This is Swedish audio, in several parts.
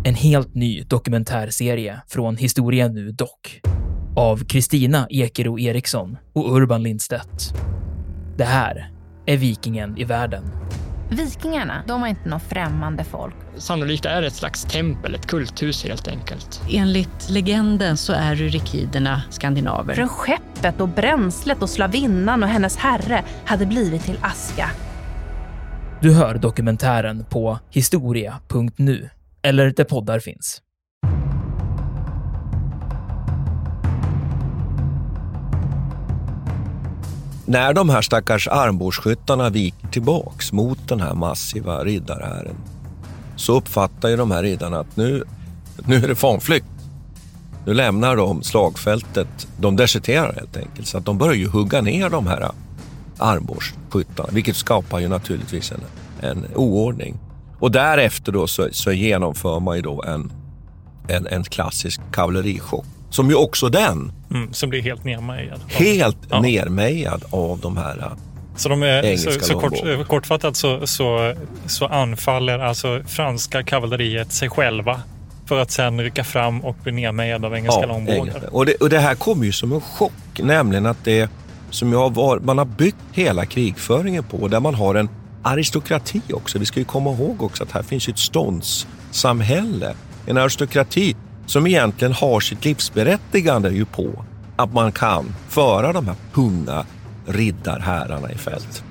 En helt ny dokumentärserie från Historia Nu Dock. Av Kristina Ekero Eriksson och Urban Lindstedt. Det här är Vikingen i världen. Vikingarna, de var inte någon främmande folk. Sannolikt är det ett slags tempel, ett kulthus helt enkelt. Enligt legenden så är rykiderna skandinaver. Från skeppet och bränslet och slavinnan och hennes herre hade blivit till aska. Du hör dokumentären på historia.nu eller där poddar finns. När de här stackars armbågsskyttarna viker tillbaks mot den här massiva riddarhären så uppfattar ju de här riddarna att nu är det fanflykt. Nu lämnar de slagfältet, de deserterar helt enkelt, så att de börjar ju hugga ner de här armbågsskyttarna, vilket skapar ju naturligtvis en oordning. Och därefter då så genomför man ju då en klassisk kavallerichock. Som ju också den som blir helt nermejad. Nermejad av de här så de är engelska kortfattat så anfaller alltså franska kavalleriet sig själva för att sen rycka fram och bli nermejad av engelska långbågar. Och det här kommer ju som en chock, nämligen att det som man har byggt hela krigföringen på, där man har en aristokrati också. Vi ska ju komma ihåg också att här finns ju ett ståndssamhälle, en aristokrati som egentligen har sitt livsberättigande ju på att man kan föra de här tunga riddarhärarna i fält.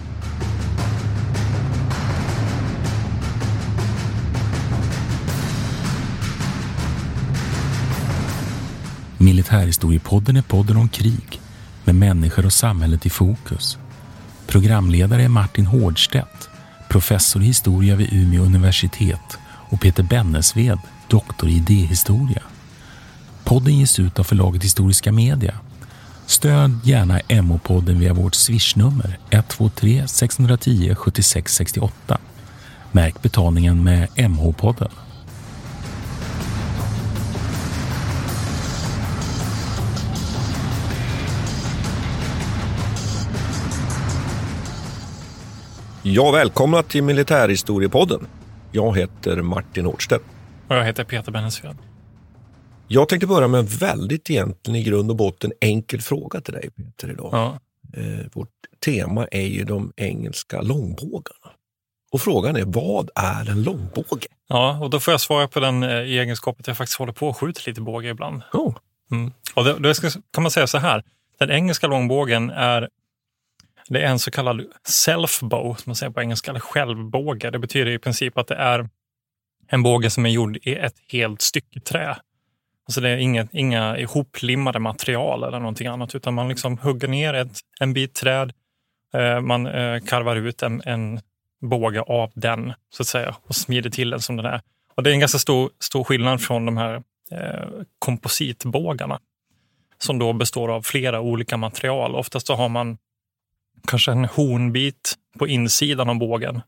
Militärhistoriepodden är podden om krig med människor och samhället i fokus. Programledare är Martin Hårdstedt, professor i historia vid Umeå universitet, och Peter Bennesved, doktor i idéhistoria. Podden ges ut av förlaget Historiska Media. Stöd gärna MH-podden via vårt swishnummer 123 610 76 68. Märk betalningen med MH-podden. Ja, välkomna till Militärhistoriepodden. Jag heter Martin Hårdstedt. Och jag heter Peter Bennesved. Jag tänkte börja med en väldigt egentligen i grund och botten enkel fråga till dig, Peter, idag. Ja. Vårt tema är ju de engelska långbågarna. Och frågan är, vad är en långbåge? Ja, och då får jag svara på den egenskapen att jag faktiskt håller på att skjuta lite båge ibland. Oh. Och då kan man säga så här. Den engelska långbågen det är en så kallad self-bow, som man säger på engelska, eller självbåge. Det betyder i princip att det är en båge som är gjord i ett helt stycke trä. Alltså det är inga ihoplimmade material eller någonting annat, utan man liksom hugger ner en bit träd, man karvar ut en båge av den, så att säga, och smider till den som den är. Och det är en ganska stor skillnad från de här kompositbågarna, som då består av flera olika material. Oftast så har man kanske en hornbit på insidan av bågen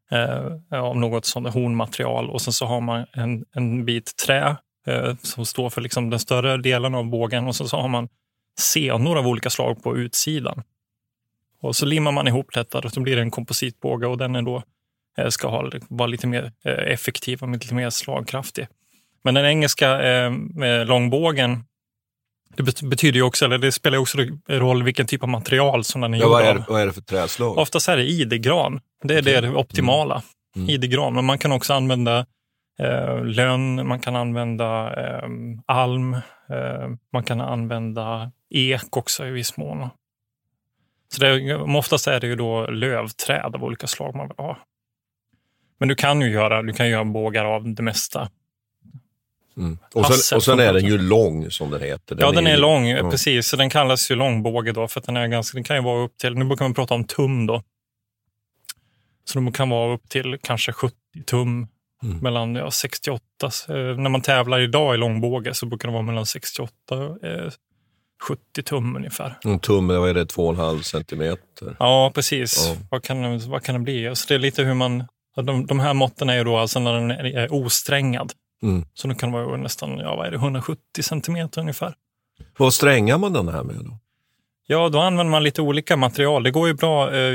av något sådant hornmaterial, och sen så har man en bit trä som står för liksom den större delen av bågen, och så har man senor av olika slag på utsidan. Och så limmar man ihop detta, och så blir det en kompositbåge, och den är då ska vara lite mer effektiv och lite mer slagkraftig. Men den engelska långbågen, det betyder ju också, eller det spelar ju också roll vilken typ av material som den är gjord av. Vad är det för träslag? Oftast är det idegran. Det är det optimala. Idegran. Men man kan också använda lönn, man kan använda alm, man kan använda ek också i viss mån. Så oftast är det ju då lövträd av olika slag man vill ha. Men du kan göra bågar av det mesta. Och sen är den ju lång, som den heter. Den är lång, precis. Så den kallas ju långbåge då, för att den kan ju vara upp till, nu brukar man prata om tum då. Så de kan vara upp till kanske 70 tum, mellan 68. När man tävlar idag i långbåge så brukar det vara mellan 68 och 70 tum ungefär. En tum, vad är det, 2,5 centimeter? Ja, precis. Ja. Vad kan det bli? Alltså det är lite hur man, de här måtten är ju då alltså när den är osträngad. Så då kan det vara nästan, 170 centimeter ungefär. Vad strängar man den här med då? Ja, då använder man lite olika material. Det går ju bra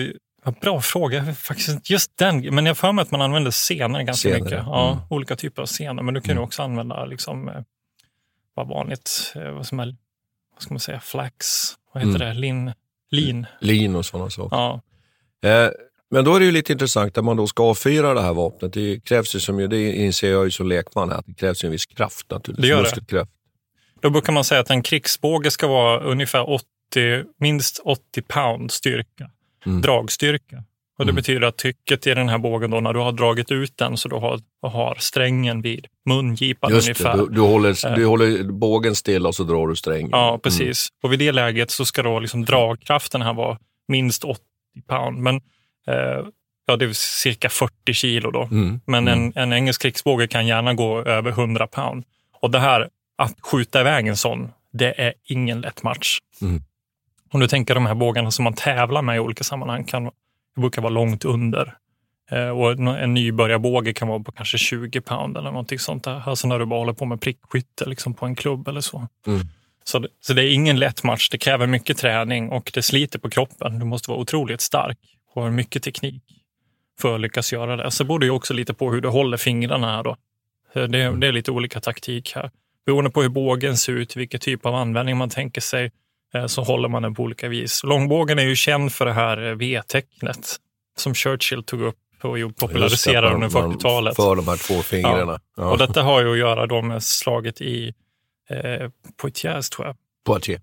Bra fråga. Faktiskt just den. Men jag får med att man använder scener ganska mycket. Ja, olika typer av scener. Men du kan ju också använda liksom, vad vanligt, vad ska man säga, flax. Vad heter det? Lin och sådana saker. Ja. Men då är det ju lite intressant att man då ska avfyra det här vapnet. Det krävs ju, det inser jag ju som lekman här, att det krävs ju en viss kraft naturligtvis. Det gör det. Kraft. Då brukar man säga att en krigsbåge ska vara ungefär minst 80 pound styrka. Dragstyrka. Och det betyder att trycket i den här bågen då, när du har dragit ut den så du har strängen vid mungipan ungefär. Just det, du håller bågen stilla och så drar du strängen. Ja, precis. Och vid det läget så ska då liksom dragkraften här vara minst 80 pound. Men det är cirka 40 kilo då. Men en engelsk krigsbåge kan gärna gå över 100 pound. Och det här, att skjuta iväg en sån, det är ingen lätt match. Om du tänker de här bågarna som man tävlar med i olika sammanhang det brukar vara långt under. Och en nybörjarbåge kan vara på kanske 20 pound eller någonting sånt där. Alltså när du bara håller på med prickskytte liksom på en klubb eller så. Så det är ingen lätt match. Det kräver mycket träning och det sliter på kroppen. Du måste vara otroligt stark och ha mycket teknik för att lyckas göra det. Så beror det ju också lite på hur du håller fingrarna här då. Det är lite olika taktik här. Beroende på hur bågen ser ut, vilken typ av användning man tänker sig, så håller man den på olika vis. Långbågen är ju känd för det här V-tecknet som Churchill tog upp och populariserade under 40-talet. För de här två fingrarna. Ja. Och detta har ju att göra då med slaget i Poitiers, tror jag. Poitiers.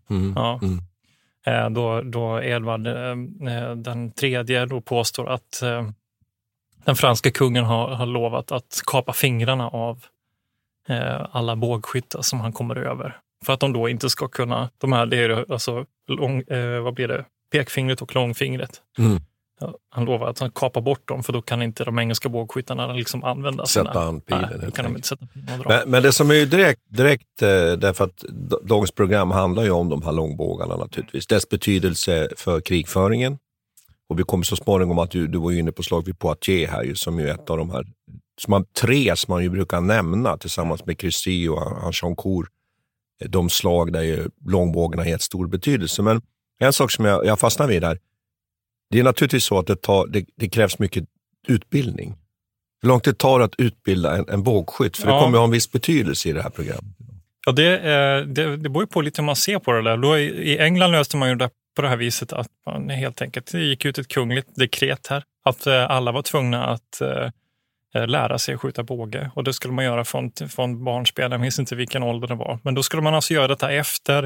Då Edvard den tredje då påstår att den franska kungen har lovat att kapa fingrarna av alla bågskyttar som han kommer över. För att de då inte ska kunna, det är alltså vad blir det? Pekfingret och långfingret. Han lovar att han kapar bort dem, för då kan inte de engelska bågskyttarna liksom använda sätta han pilen. Nej, då kan de inte sätta pilen och dra. Men det som är ju direkt därför att dagens program handlar ju om de här långbågarna naturligtvis. Dess betydelse för krigföringen. Och vi kommer så småningom att du var ju inne på slag vid Poitiers här, som ju ett av de här tre som man ju brukar nämna tillsammans med Crécy och Agincourt. De slag där ju långbågarna har gett stor betydelse. Men en sak som jag fastnar vid där, det är naturligtvis så att det krävs mycket utbildning. Hur långt det tar att utbilda en bågskytt? För det kommer att ha en viss betydelse i det här programmet. Ja, det beror ju på lite hur man ser på det där. Då i England löste man ju det på det här viset att man helt enkelt, det gick ut ett kungligt dekret här. Att alla var tvungna att lära sig att skjuta båge. Och det skulle man göra från barnspel. Jag minns inte vilken ålder det var. Men då skulle man alltså göra detta efter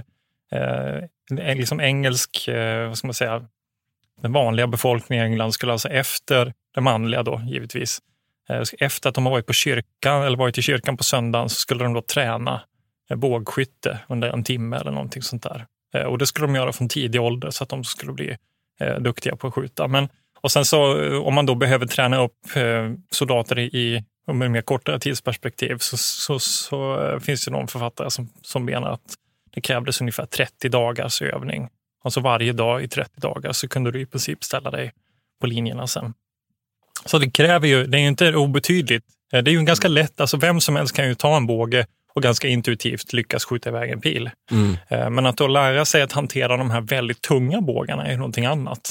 liksom engelsk, vad ska man säga, den vanliga befolkningen i England skulle alltså efter det manliga då, givetvis. Efter att de har varit på kyrkan eller varit i kyrkan på söndagen, så skulle de då träna bågskytte under en timme eller någonting sånt där. Och det skulle de göra från tidig ålder så att de skulle bli duktiga på att skjuta. Och sen så, om man då behöver träna upp soldater i med mer kortare tidsperspektiv, så finns det någon författare som menar att det krävdes ungefär 30 dagars övning. Alltså varje dag i 30 dagar så kunde du i princip ställa dig på linjerna sen. Så det kräver ju, det är ju inte obetydligt. Det är ju ganska lätt, alltså vem som helst kan ju ta en båge och ganska intuitivt lyckas skjuta iväg en pil. Men att då lära sig att hantera de här väldigt tunga bågarna är någonting annat.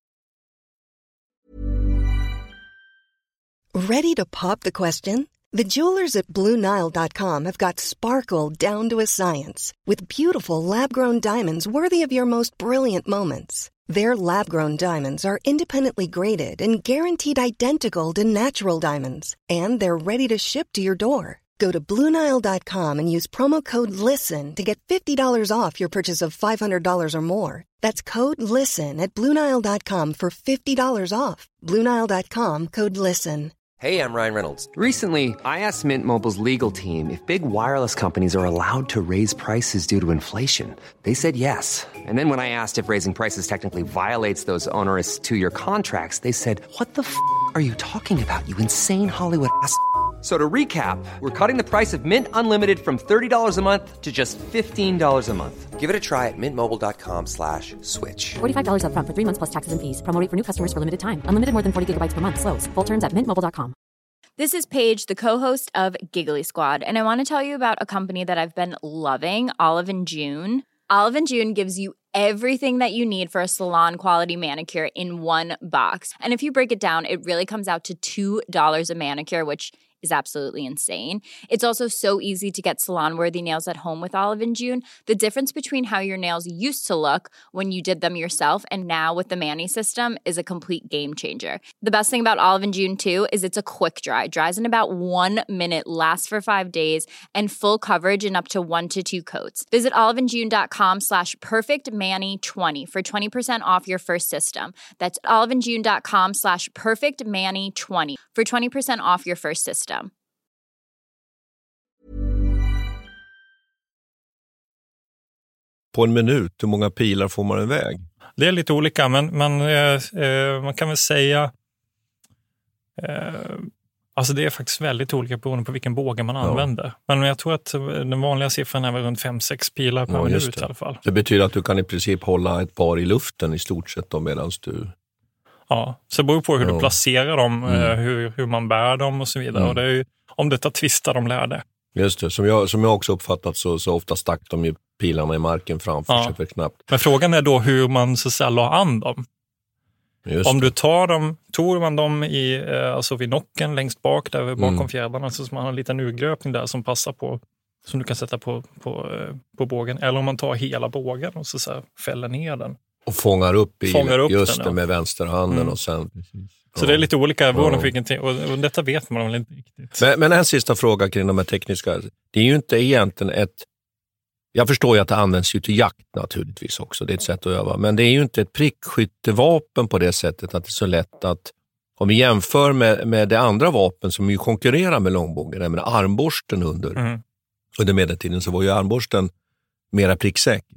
Ready to pop the question? The jewelers at BlueNile.com have got sparkle down to a science with beautiful lab-grown diamonds worthy of your most brilliant moments. Their lab-grown diamonds are independently graded and guaranteed identical to natural diamonds, and they're ready to ship to your door. Go to BlueNile.com and use promo code LISTEN to get $50 off your purchase of $500 or more. That's code LISTEN at BlueNile.com for $50 off. BlueNile.com, code LISTEN. Hey, I'm Ryan Reynolds. Recently, I asked Mint Mobile's legal team if big wireless companies are allowed to raise prices due to inflation. They said yes. And then when I asked if raising prices technically violates those onerous two-year contracts, they said, "What the f*** are you talking about, you insane Hollywood ass?" So to recap, we're cutting the price of Mint Unlimited from $30 a month to just $15 a month. Give it a try at mintmobile.com/switch. $45 up front for 3 months plus taxes and fees. Promo rate for new customers for limited time. Unlimited more than 40 gigabytes per month. Slows full terms at mintmobile.com. This is Paige, the co-host of Giggly Squad, and I want to tell you about a company that I've been loving, Olive & June. Olive & June gives you everything that you need for a salon-quality manicure in one box. And if you break it down, it really comes out to $2 a manicure, which is absolutely insane. It's also so easy to get salon-worthy nails at home with Olive & June. The difference between how your nails used to look when you did them yourself and now with the Mani system is a complete game changer. The best thing about Olive & June too is it's a quick dry. Dries in about 1 minute, lasts for 5 days, and full coverage in up to 1 to 2 coats. Visit oliveandjune.com/perfectmani20 for 20% off your first system. That's oliveandjune.com/perfectmani20 for 20% off your first system. På en minut, hur många pilar får man iväg? Det är lite olika, men man kan väl säga... alltså det är faktiskt väldigt olika beroende på vilken båge man använder. Men jag tror att den vanliga siffran är väl runt 5-6 pilar per minut i alla fall. Det betyder att du kan i princip hålla ett par i luften i stort sett då, medan du... Ja, så det beror på hur du placerar dem, hur man bär dem och så vidare. Och det är ju, om det tar tvistar de lärde. Just det, som jag också uppfattat så ofta stack de ju pilarna i marken framför sig för knappt. Men frågan är då hur man så att säga la an dem. Om du tog man dem i, alltså vid nocken längst bak där bakom fjädrarna, så man har en liten urgröpning där som passar på, som du kan sätta på bågen. Eller om man tar hela bågen och så här fäller ner den. Och fångar upp just den, det med vänsterhanden och sen... Så det är lite olika och detta vet man väl inte riktigt. Men en sista fråga kring de här tekniska. Det är ju inte egentligen jag förstår ju att det används ju till jakt naturligtvis också. Det är ett sätt att öva. Men det är ju inte ett prickskyttevapen på det sättet att det är så lätt att... Om vi jämför med det andra vapen som ju konkurrerar med långbågen, med armborsten under medeltiden, så var ju armborsten mera pricksäker.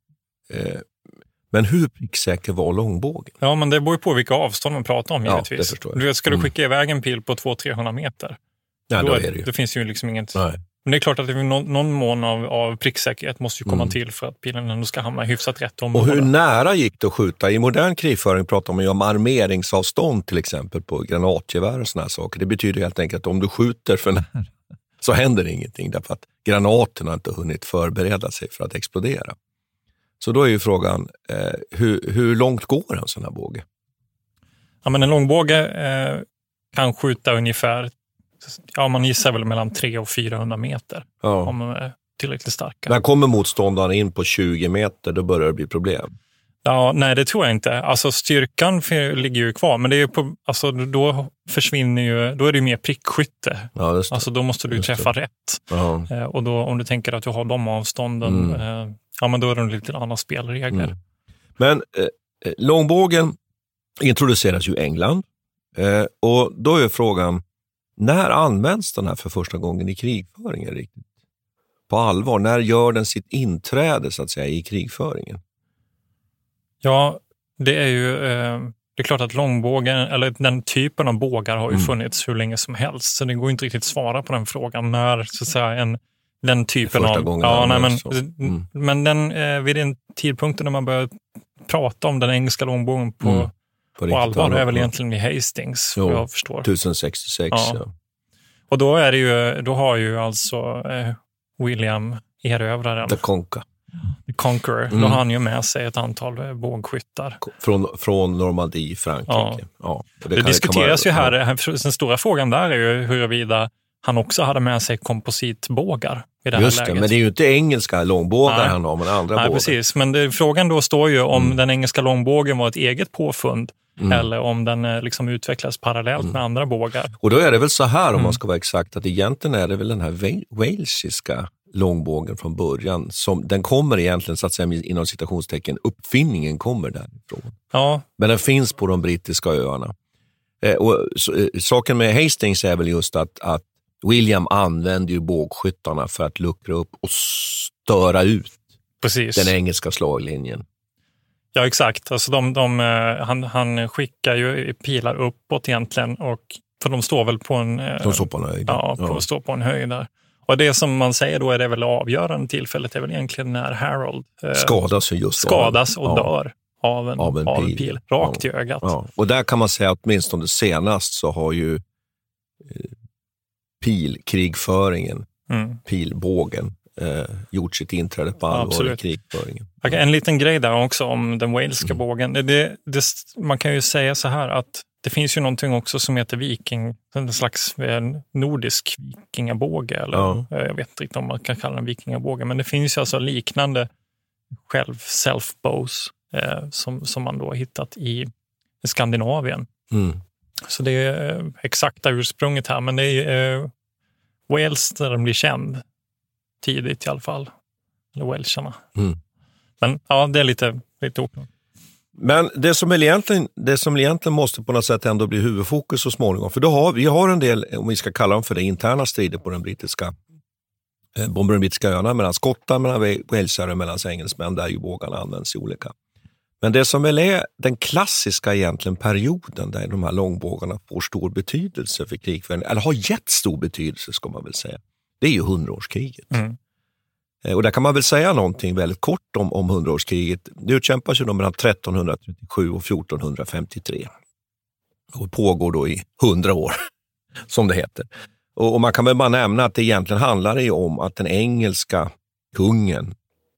Men hur pricksäker var långbågen? Ja, men det beror ju på vilka avstånd man pratar om givetvis. Det förstår jag. Du vet, ska du skicka iväg en pil på 200-300 meter? Ja, då är det ju. Det finns ju liksom inget... Nej. Men det är klart att någon mån av pricksäkerhet måste ju komma till för att pilen ändå ska hamna hyfsat rätt område. Och hur nära gick det att skjuta? I modern krigföring pratar man ju om armeringsavstånd till exempel på granatgevär och såna här saker. Det betyder helt enkelt att om du skjuter för nära så händer ingenting därför att granaterna inte hunnit förbereda sig för att explodera. Så då är ju frågan, hur långt går en sån här båge? Ja, men en långbåge kan skjuta ungefär, man gissar väl mellan 300 och 400 meter om de är tillräckligt starka. Men kommer motståndaren in på 20 meter, då börjar det bli problem. Ja, nej, det tror jag inte. Alltså styrkan ligger ju kvar, men det är ju då försvinner ju, då är det ju mer prickskytte. Ja, just det. Alltså då måste du träffa rätt. Och då om du tänker att du har de avstånden, men då är det lite andra spelregler. Men långbågen introduceras ju i England. Och då är frågan, när används den här för första gången i krigföringen riktigt? På allvar, när gör den sitt inträde så att säga i krigföringen? Ja, det är ju det är klart att långbågen, eller den typen av bågar har ju funnits hur länge som helst. Så det går inte riktigt svara på den frågan när så att säga den typen av... Men den vid den tidpunkten när man börjar prata om den engelska långbågen på allvar är väl egentligen i Hastings, vad jag förstår. 1066, ja. Och då är det ju, då har ju alltså William erövraren. The Conqueror. Då har han ju med sig ett antal bågskyttar. Från Normandie, Frankrike. Ja. Det diskuteras ju här, den stora frågan där är ju huruvida han också hade med sig kompositbågar i det här läget. läget. Men det är ju inte engelska långbågar han har, men andra bågar. Precis. Men frågan då står ju om den engelska långbågen var ett eget påfund eller om den liksom utvecklas parallellt med andra bågar. Och då är det väl så här, om man ska vara exakt, att egentligen är det väl den här walesiska långbågen från början, som den kommer egentligen så att säga inom citationstecken, uppfinningen kommer därifrån. Ja. Men den finns på de brittiska öarna. Saken med Hastings är väl just att William använde ju bågskyttarna för att luckra upp och störa ut den engelska slaglinjen. Ja, exakt. Alltså han skickar ju pilar uppåt egentligen, för de står väl på en... De står på en höjd. Står på en höjd där. Och det som man säger då är det väl avgörande tillfället är väl egentligen när Harold skadas och dör av en pil rakt i ögat. Ja. Och där kan man säga att åtminstone senast så har ju pilkrigföringen, pilbågen gjort sitt inträde på allvar i krigföringen. En liten grej där också om den walesiska bågen. Man kan ju säga så här att det finns ju någonting också som heter en slags nordisk vikingabåge. Eller, jag vet inte riktigt om man kan kalla den vikingabåge. Men det finns ju alltså liknande self-bows som man då har hittat i Skandinavien. Så det är exakta ursprunget här. Men det är Wales där den blir känd tidigt i alla fall. Eller Welsharna. Men ja, det är lite oklart. Men det som egentligen måste på något sätt ändå bli huvudfokus så småningom. För vi har en del, om vi ska kalla dem för det, interna strider på den brittiska öarna mellan skottar, mellan walesare och mellan engelsmän, där ju bågarna används i olika. Men det som väl är den klassiska egentligen perioden där de här långbågarna får stor betydelse för krigföringen, eller har gett stor betydelse ska man väl säga, det är ju 100-årskriget. Och där kan man väl säga någonting väldigt kort om 100-årskriget. Det utkämpas ju då mellan 1337 och 1453. Och pågår då i 100 år, som det heter. Och man kan väl bara nämna att det egentligen handlar ju om att den engelska kungen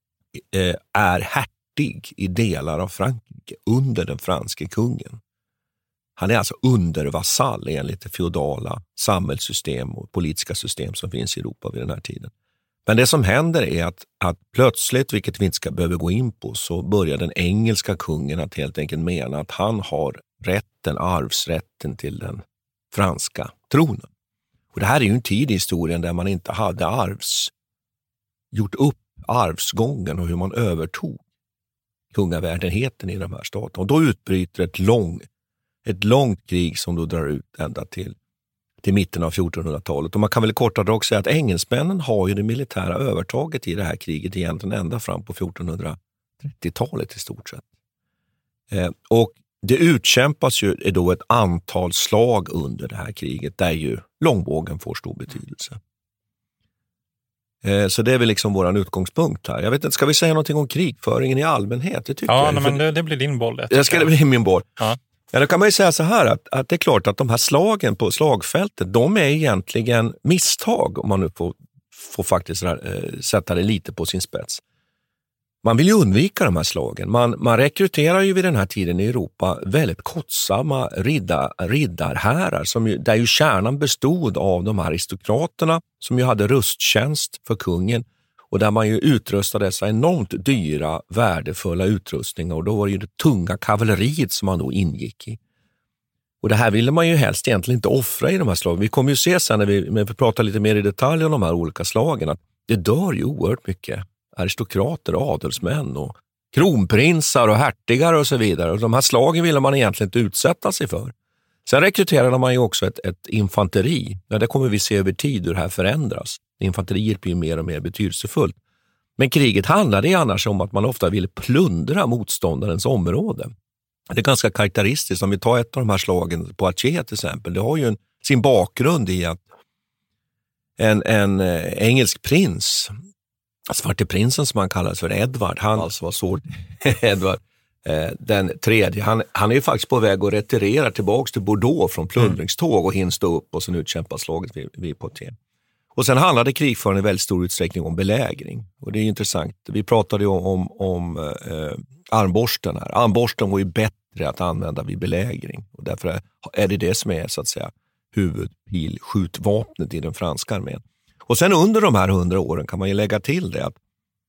är hertig i delar av Frankrike under den franske kungen. Han är alltså undervasall enligt det feodala samhällssystem och politiska system som finns i Europa vid den här tiden. Men det som händer är att plötsligt, vilket vi inte ska behöva gå in på, så börjar den engelska kungen att helt enkelt mena att han har arvsrätten till den franska tronen. Och det här är ju en tid i historien där man inte hade gjort upp arvsgången och hur man övertog kungavärdenheten i de här staterna. Och då utbryter ett långt krig som då drar ut ända till mitten av 1400-talet. Och man kan väl kort och drag säga att engelsmännen har ju det militära övertaget i det här kriget egentligen ända fram på 1430-talet i stort sett. Och det utkämpas ju då ett antal slag under det här kriget där ju långbågen får stor betydelse. Så det är väl liksom våran utgångspunkt här. Jag vet inte, ska vi säga någonting om krigföringen i allmänhet? Det tycker jag. Men det blir din boll. Det ska bli min boll. Ja, då kan man ju säga så här att det är klart att de här slagen på slagfältet, de är egentligen misstag, om man nu får faktiskt sätta det lite på sin spets. Man vill ju undvika de här slagen. Man rekryterar ju vid den här tiden i Europa väldigt kostsamma riddarhärar där ju kärnan bestod av de här aristokraterna som ju hade rusttjänst för kungen och där man ju utrustade dessa enormt dyra, värdefulla utrustningar och då var det ju det tunga kavalleriet som man då ingick i. Och det här ville man ju helst egentligen inte offra i de här slagen. Vi kommer ju se sen när vi pratar lite mer i detalj om de här olika slagen att det dör ju oerhört mycket aristokrater, adelsmän och kronprinsar och hertigar och så vidare. Och de här slagen ville man egentligen inte utsätta sig för. Sen rekryterade man ju också ett infanteri. Ja, det kommer vi se över tid hur det här förändras. Infanteriet blir mer och mer betydelsefullt. Men kriget handlade annars om att man ofta ville plundra motståndarens område. Det är ganska karaktäristiskt. Om vi tar ett av de här slagen på Aceh till exempel. Det har ju sin bakgrund i att en engelsk prins, Svarte prinsen som han kallades för Edvard, han alltså var så Edvard den tredje, han är ju faktiskt på väg att retirera tillbaka till Bordeaux från plundringståg och hinsta upp och sen utkämpa slaget vid Poitiers. Och sen handlade krigföringen i väldigt stor utsträckning om belägring. Och det är intressant. Vi pratade ju om armborsten här. Armborsten var ju bättre att använda vid belägring. Och därför är det som är så att säga huvudpilskjutvapnet i den franska armén. Och sen under de här 100 åren kan man ju lägga till det att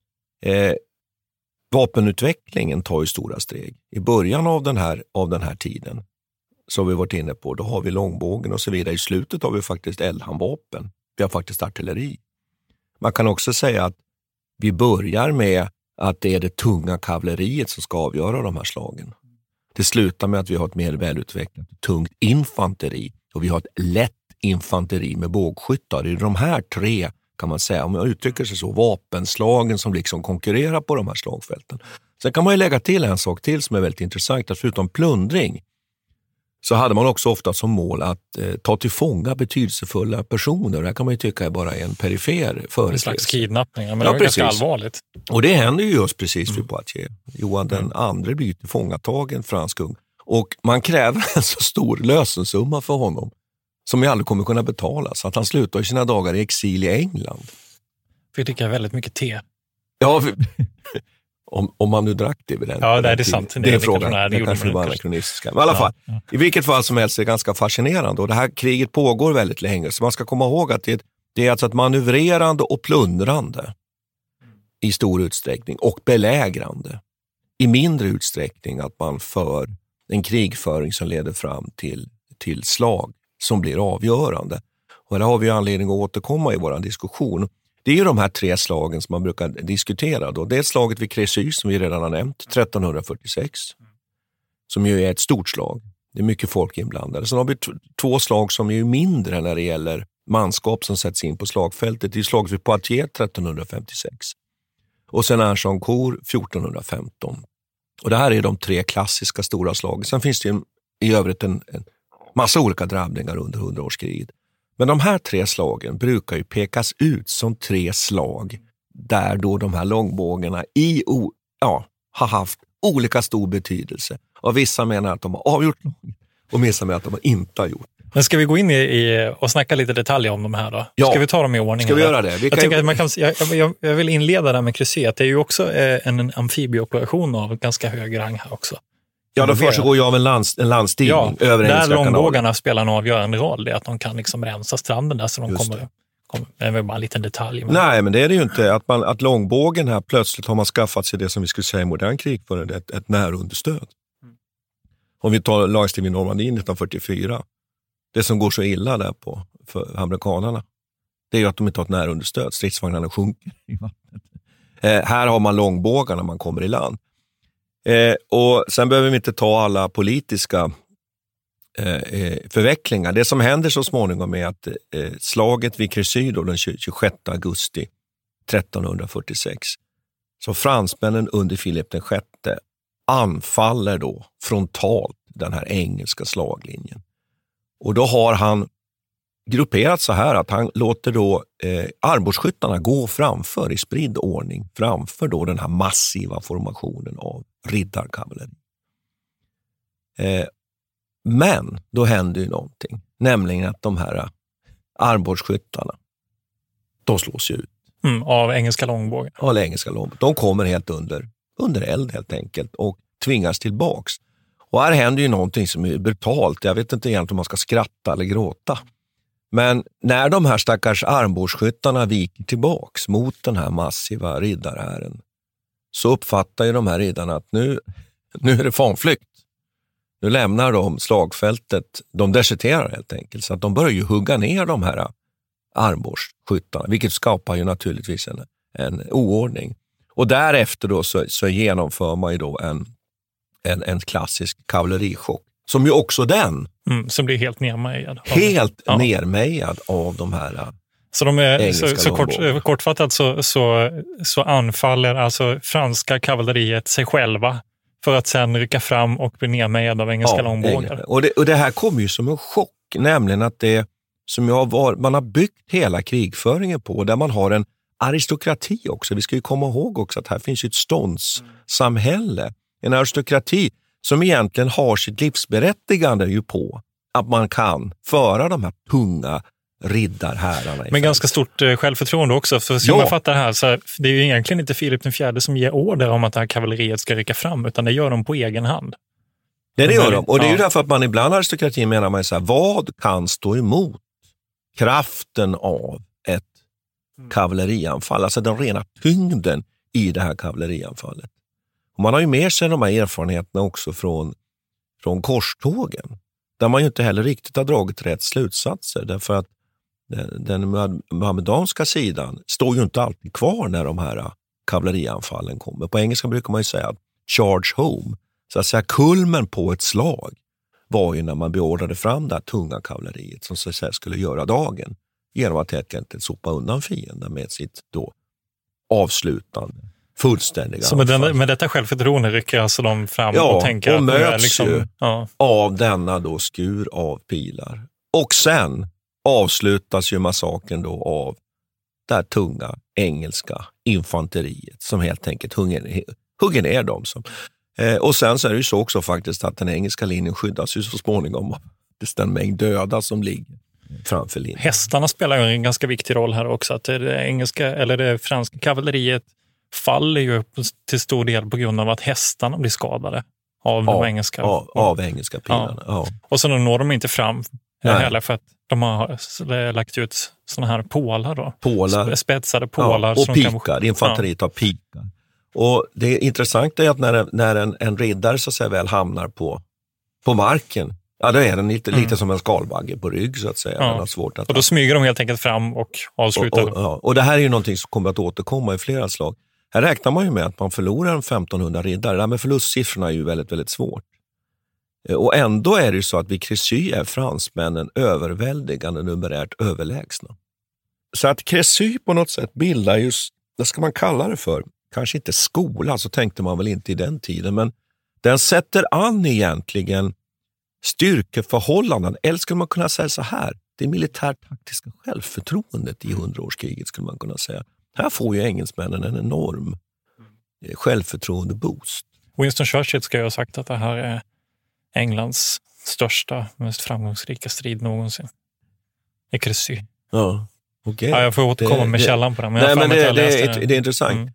vapenutvecklingen tar ju stora steg. I början av den här tiden som vi varit inne på, då har vi långbågen och så vidare. I slutet har vi faktiskt eldhandvapen. Vi har faktiskt artilleri. Man kan också säga att vi börjar med att det är det tunga kavalleriet som ska avgöra de här slagen. Det slutar med att vi har ett mer välutvecklat tungt infanteri och vi har ett lätt infanteri med bågskyttar. Det är de här tre, kan man säga, om jag uttrycker sig så, vapenslagen som liksom konkurrerar på de här slagfälten. Sen kan man ju lägga till en sak till som är väldigt intressant, att förutom plundring så hade man också ofta som mål att ta till fånga betydelsefulla personer. Det här kan man ju tycka är bara en perifer företeelse. En slags kidnappning, men det är ganska allvarligt. Och det händer ju just precis vid Poitiers. Johan den andre blir tillfångatagen, fransk kung. Och man kräver en så stor lösensumma för honom som ju aldrig kommer kunna betalas. Att han slutar i sina dagar i exil i England. Vi dricker väldigt mycket te. Ja, om man nu drack det vid den. Ja, det är sant. Det är frågan. Det kanske var anakronistiska. Men i alla fall, i vilket fall som helst är det ganska fascinerande. Och det här kriget pågår väldigt länge. Så man ska komma ihåg att det är alltså ett manövrerande och plundrande i stor utsträckning och belägrande i mindre utsträckning, att man för en krigföring som leder fram till slag som blir avgörande. Och där har vi anledning att återkomma i vår diskussion. Det är ju de här 3 slagen som man brukar diskutera då. Det är slaget vid Crécy som vi redan har nämnt, 1346, som ju är ett stort slag. Det är mycket folk inblandade. Sen har vi 2 slag som är mindre när det gäller manskap som sätts in på slagfältet. Det är slaget vid Poitiers 1356 och sen Agincourt 1415. Och det här är de 3 klassiska stora slagen. Sen finns det i övrigt en massa olika drabbningar under 100-årskriget. Men de här 3 slagen brukar ju pekas ut som 3 slag där då de här långbågarna har haft olika stor betydelse. Och vissa menar att de har avgjort och vissa menar att de inte har gjort. Men ska vi gå in och snacka lite detaljer om de här då? Ja. Ska vi ta dem i ordning? Ska vi göra det? Jag vill inleda där med Crécy. Det är ju också en amfibieoperation av ganska hög rang här också. Ja, då försiggår ju av en landstigning över Engelska kanalen. Där långbågarna spelar en avgörande roll. Det är att de kan liksom rensa stranden där så de kommer. Det är väl bara en liten detalj. Nej, men det är det ju inte. Att långbågen här plötsligt har man skaffat sig det som vi skulle säga i modern krig för ett närunderstöd. Om vi tar lagstiftningen i Normandie 1944. Det som går så illa där för amerikanerna, det är ju att de inte har ett närunderstöd. Stridsvagnarna sjunker i vattnet. Här har man långbågar när man kommer i land. Och sen behöver vi inte ta alla politiska förvecklingar. Det som händer så småningom är att slaget vid Crécy då, den 26 augusti 1346, så fransmännen under Philippe den sjätte anfaller då frontalt den här engelska slaglinjen. Och då har han grupperat så här att han låter då armbågsskyttarna gå framför i spridd ordning framför då den här massiva formationen av riddarkavalleri. Men då händer ju någonting, nämligen att de här armbågsskyttarna, de slås ju ut. Av engelska långbågar. Av engelska långbågar. De kommer helt under eld helt enkelt och tvingas tillbaks. Och här händer ju någonting som är brutalt. Jag vet inte egentligen om man ska skratta eller gråta. Men när de här stackars armbågsskyttarna viker tillbaks mot den här massiva riddarhären, så uppfattar ju de här riddarna att nu är det fanflykt. Nu lämnar de slagfältet, de deserterar helt enkelt. Så att de börjar ju hugga ner de här armbågsskyttarna, vilket skapar ju naturligtvis en oordning. Och därefter då så genomför man ju då en klassisk kavallerichock. Som ju också den som blir helt nermejad. Nermejad av de här så de är kortfattat så anfaller alltså franska kavalleriet sig själva för att sen rycka fram och bli nermejad av engelska långbågar. Och det här kommer ju som en chock, nämligen att det som man har byggt hela krigföringen på, där man har en aristokrati också. Vi ska ju komma ihåg också att här finns ju ett ståndssamhälle. En aristokrati som egentligen har sitt livsberättigande ju på att man kan föra de här tunga riddarhärarna. Men ganska stort självförtroende också. För som jag fattar här, så det är ju egentligen inte Filip den fjärde som ger order om att det här kavalleriet ska rycka fram, utan det gör de på egen hand. Det gör de. Och det är ju därför att man ibland aristokratin menar man så här, vad kan stå emot kraften av ett kavallerianfall? Alltså den rena tyngden i det här kavallerianfallet. Och man har ju med sig de här erfarenheterna också från korstågen. Där man ju inte heller riktigt har dragit rätt slutsatser. Därför att den muhammedanska sidan står ju inte alltid kvar när de här kavallerianfallen kommer. På engelska brukar man ju säga att charge home. Så att säga kulmen på ett slag var ju när man beordrade fram det här tunga kavalleriet som så att säga skulle göra dagen. Genom att helt enkelt sopa undan fienden med sitt då avslutande fullständiga så med detta självförtroende rycker alltså de fram och tänker och att möts liksom, ju av denna då skur av pilar. Och sen avslutas ju massakern då av det här tunga engelska infanteriet som helt enkelt hugger ner dem. Och sen så är det ju så också faktiskt att den engelska linjen skyddas ju så småningom av den mängd döda som ligger framför linjen. Hästarna spelar ju en ganska viktig roll här också. Att det franska kavalleriet faller ju till stor del på grund av att hästarna blir skadade av de engelska. Av engelska pilarna. Ja. Och så når de inte fram heller för att de har lagt ut såna här pålar då. Spetsade pålar. Och pikar. Infanteriet har pikar. Och det intressanta är att när en riddare så att säga väl hamnar på marken, då är den lite som en skalbagge på rygg så att säga. Den har svårt att... Och då smyger de helt enkelt fram och avslutar. Och det här är ju någonting som kommer att återkomma i flera slag. Här räknar man ju med att man förlorar 1500 riddare. Det här med förlustsiffrorna är ju väldigt, väldigt svårt. Och ändå är det ju så att vid Crécy är fransmännen överväldigande numerärt överlägsna. Så att Crécy på något sätt bildar just, vad ska man kalla det för? Kanske inte skola, så tänkte man väl inte i den tiden. Men den sätter an egentligen styrkeförhållanden. Eller skulle man kunna säga så här. Det militärtaktiska självförtroendet i 100-årskriget skulle man kunna säga. Här får ju engelsmännen en enorm självförtroende-boost. Winston Churchill ska ju ha sagt att det här är Englands största, mest framgångsrika strid någonsin. I Crécy. Ja, okej. Ja, jag får återkomma med källan på det. Men det är intressant.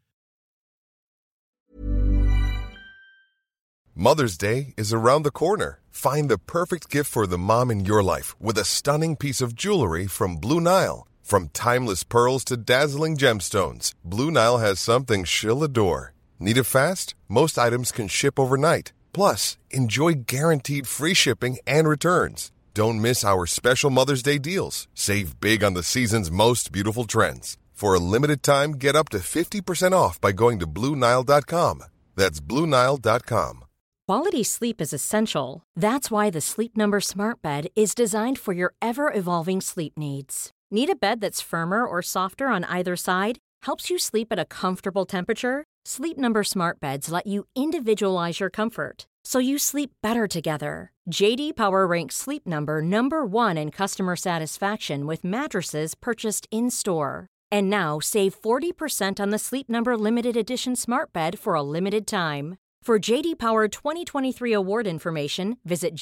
Mother's Day is around the corner. Find the perfect gift for the mom in your life with a stunning piece of jewelry from Blue Nile. From timeless pearls to dazzling gemstones, Blue Nile has something she'll adore. Need it fast? Most items can ship overnight. Plus, enjoy guaranteed free shipping and returns. Don't miss our special Mother's Day deals. Save big on the season's most beautiful trends. For a limited time, get up to 50% off by going to BlueNile.com. That's BlueNile.com. Quality sleep is essential. That's why the Sleep Number Smart Bed is designed for your ever-evolving sleep needs. Need a bed that's firmer or softer on either side? Helps you sleep at a comfortable temperature? Sleep Number Smart Beds let you individualize your comfort, so you sleep better together. JD Power ranks Sleep Number #1 in customer satisfaction with mattresses purchased in-store. And now save 40% on the Sleep Number Limited Edition Smart Bed for a limited time. For JD Power 2023 award information, visit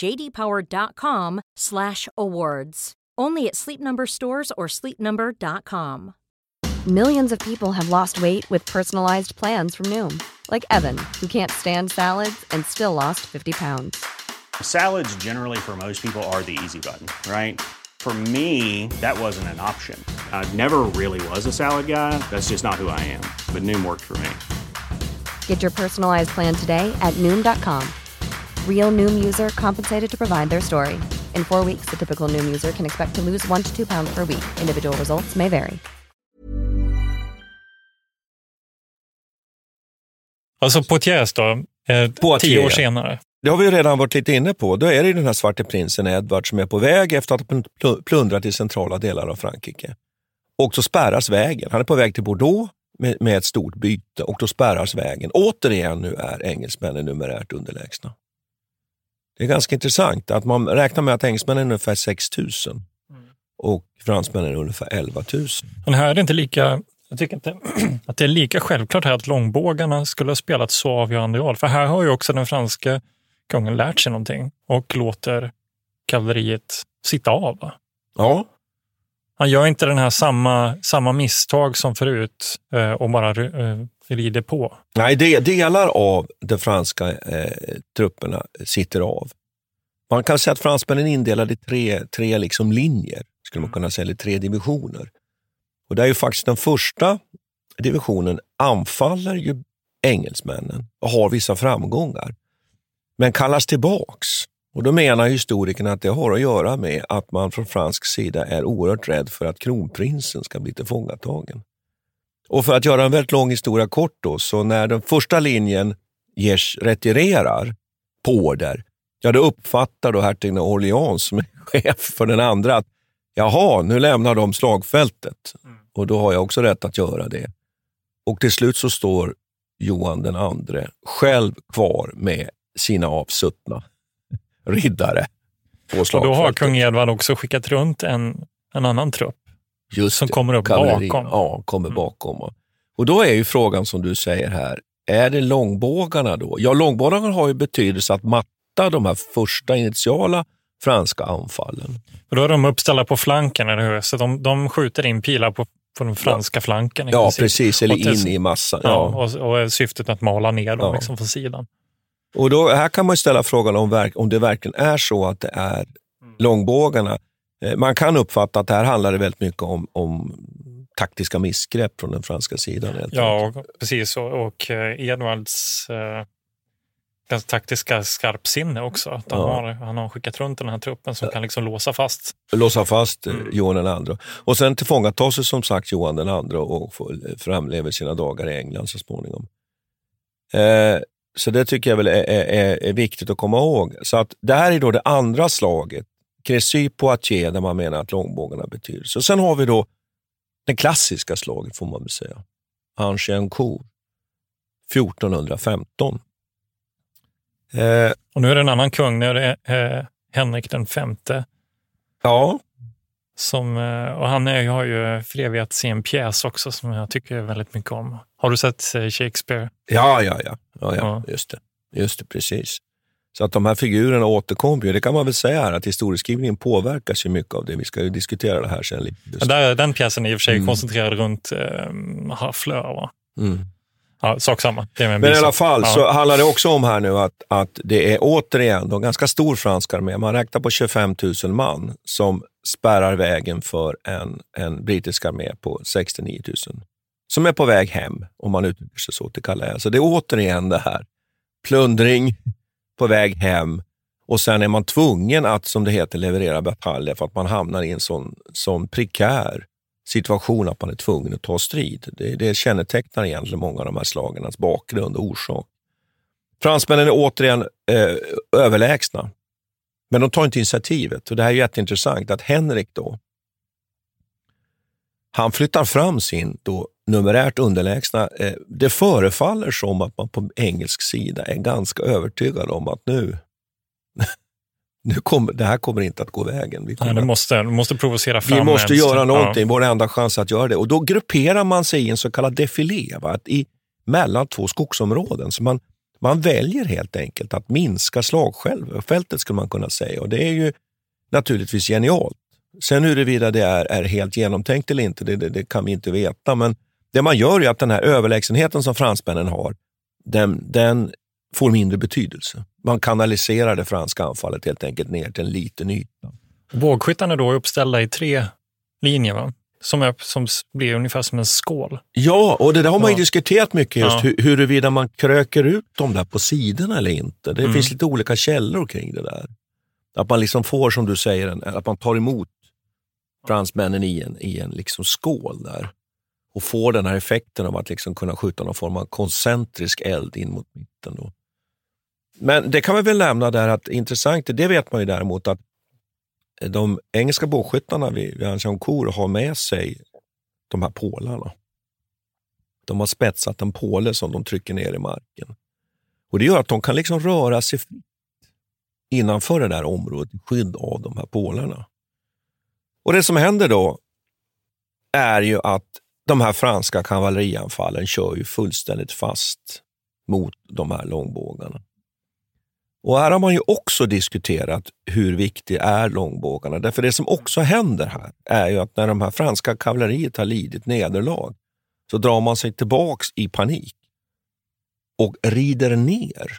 jdpower.com/awards. Only at Sleep Number stores or sleepnumber.com. Millions of people have lost weight with personalized plans from Noom. Like Evan, who can't stand salads and still lost 50 pounds. Salads generally for most people are the easy button, right? For me, that wasn't an option. I never really was a salad guy. That's just not who I am. But Noom worked for me. Get your personalized plan today at Noom.com. Real Noom user compensated to provide their story. In 4 weeks, the typical Noom user can expect to lose 1 to 2 pounds per week. Individual results may vary. Alltså Poitiers då, 10 år senare. Det har vi ju redan varit lite inne på. Då är det den här svarte prinsen Edward som är på väg efter att ha plundrat i centrala delar av Frankrike. Och så spärras vägen. Han är på väg till Bordeaux med ett stort byte och då spärras vägen. Återigen nu är engelsmännen numerärt underlägsna. Det är ganska intressant att man räknar med att engelsmännen är ungefär 6 000 och fransmännen är ungefär 11 000. Men här är det inte lika... Jag tycker inte att det är lika självklart här att långbågarna skulle ha spelat så avgörande roll. För här har ju också den franska kungen lärt sig någonting och låter kavalleriet sitta av. Va? Ja. Han gör inte den här samma misstag som förut och bara rider på. Nej, delar av de franska trupperna sitter av. Man kan säga att fransmännen indelade i tre liksom linjer, skulle man kunna säga, eller 3 divisioner. Och det är ju faktiskt den första divisionen anfaller ju engelsmännen och har vissa framgångar. Men kallas tillbaks. Och då menar historikerna att det har att göra med att man från fransk sida är oerhört rädd för att kronprinsen ska bli tillfångatagen. Och för att göra en väldigt lång historia kort då, så när den första linjen retirerar på order, ja då uppfattar då hertigen Orléans som är chef för den andra att jaha, nu lämnar de slagfältet. Och då har jag också rätt att göra det. Och till slut så står Johan den andre själv kvar med sina avsuttna riddare på slagfältet. Och då har kung Edvard också skickat runt en annan trupp. Just som det, kommer upp bakom. Ja, kommer bakom. Och då är ju frågan som du säger här, är det långbågarna då? Ja, långbågarna har ju betydelse att matta de här första initiala franska anfallen. Och då är de uppställda på flanken, eller hur? Så de skjuter in pilar på den franska flanken. Ja, precis. Eller in i massan. Ja. Och syftet att mala ner dem liksom från sidan. Och då, här kan man ställa frågan om det verkligen är så att det är långbågarna. Man kan uppfatta att det här handlar väldigt mycket om taktiska missgrepp från den franska sidan. Ja, precis. Och Edvards taktiska skarpsinne också. Att han har skickat runt den här truppen som kan liksom låsa fast Johan den andra. Och sen tillfångatar sig som sagt Johan den andra och framlever sina dagar i England så småningom. Så det tycker jag väl är viktigt att komma ihåg. Så att det här är då det andra slaget. Crécy-Poitiers, där man menar att långbågarna betyder. Så sen har vi då det klassiska slaget, får man väl säga. Agincourt 1415. Och nu är det en annan kung, nu är det Henrik den femte. Ja. Och han har ju förevigats i en pjäs också som jag tycker väldigt mycket om. Har du sett Shakespeare? Ja. Just det, precis. Så att de här figurerna återkommer ju. Det kan man väl säga här, att historieskrivningen påverkas ju mycket av det. Vi ska ju diskutera det här sen lite. Den pjäsen är i och för sig koncentrerad runt Harfleur, va? Ja, sak samma. Men i alla fall så handlar det också om här nu att det är återigen en ganska stor fransk armé. Man räknar på 25 000 man som spärrar vägen för en brittisk armé på 69 000. Som är på väg hem, om man uttrycker sig så, till Calais. Så det är återigen det här. Plundring på väg hem. Och sen är man tvungen att, som det heter, leverera bataljer för att man hamnar i en sån prekär situation att man är tvungen att ta strid. Det kännetecknar egentligen många av de här slagens bakgrund och orsak. Fransmännen är återigen överlägsna. Men de tar inte initiativet. Och det här är jätteintressant att Henrik då, han flyttar fram sin då numerärt underlägsna. Det förefaller som att man på engelsk sida är ganska övertygad om att det här kommer inte att gå vägen. Du måste provocera fram. Vi måste göra någonting, vår enda chans att göra det. Och då grupperar man sig i en så kallad defilé, mellan två skogsområden. Så man väljer helt enkelt att minska slagfältet, skulle man kunna säga. Och det är ju naturligtvis genialt. Sen huruvida det är helt genomtänkt eller inte, det kan vi inte veta. Men det man gör är att den här överlägsenheten som fransmännen har, den får mindre betydelse. Man kanaliserar det franska anfallet helt enkelt ner till en liten yta. Bågskyttarna då är uppställda i 3 linjer, va? Som blir ungefär som en skål. Ja, och det där har man ju diskuterat mycket just huruvida man kröker ut dem där på sidorna eller inte. Det finns lite olika källor kring det där. Att man liksom får, som du säger, att man tar emot fransmännen i en liksom skål där. Och får den här effekten av att liksom kunna skjuta någon form av koncentrisk eld in mot mitten då. Men det kan man väl lämna där att intressant, det vet man ju däremot att de engelska bågskyttarna vid Agincourt har med sig de här pålarna. De har spetsat en påle som de trycker ner i marken. Och det gör att de kan liksom röra sig fritt innanför det där området i skydd av de här pålarna. Och det som händer då är ju att de här franska kavallerianfallen kör ju fullständigt fast mot de här långbågarna. Och här har man ju också diskuterat hur viktig är långbågarna. Därför det som också händer här är ju att när de här franska kavalleriet har lidit nederlag så drar man sig tillbaks i panik och rider ner.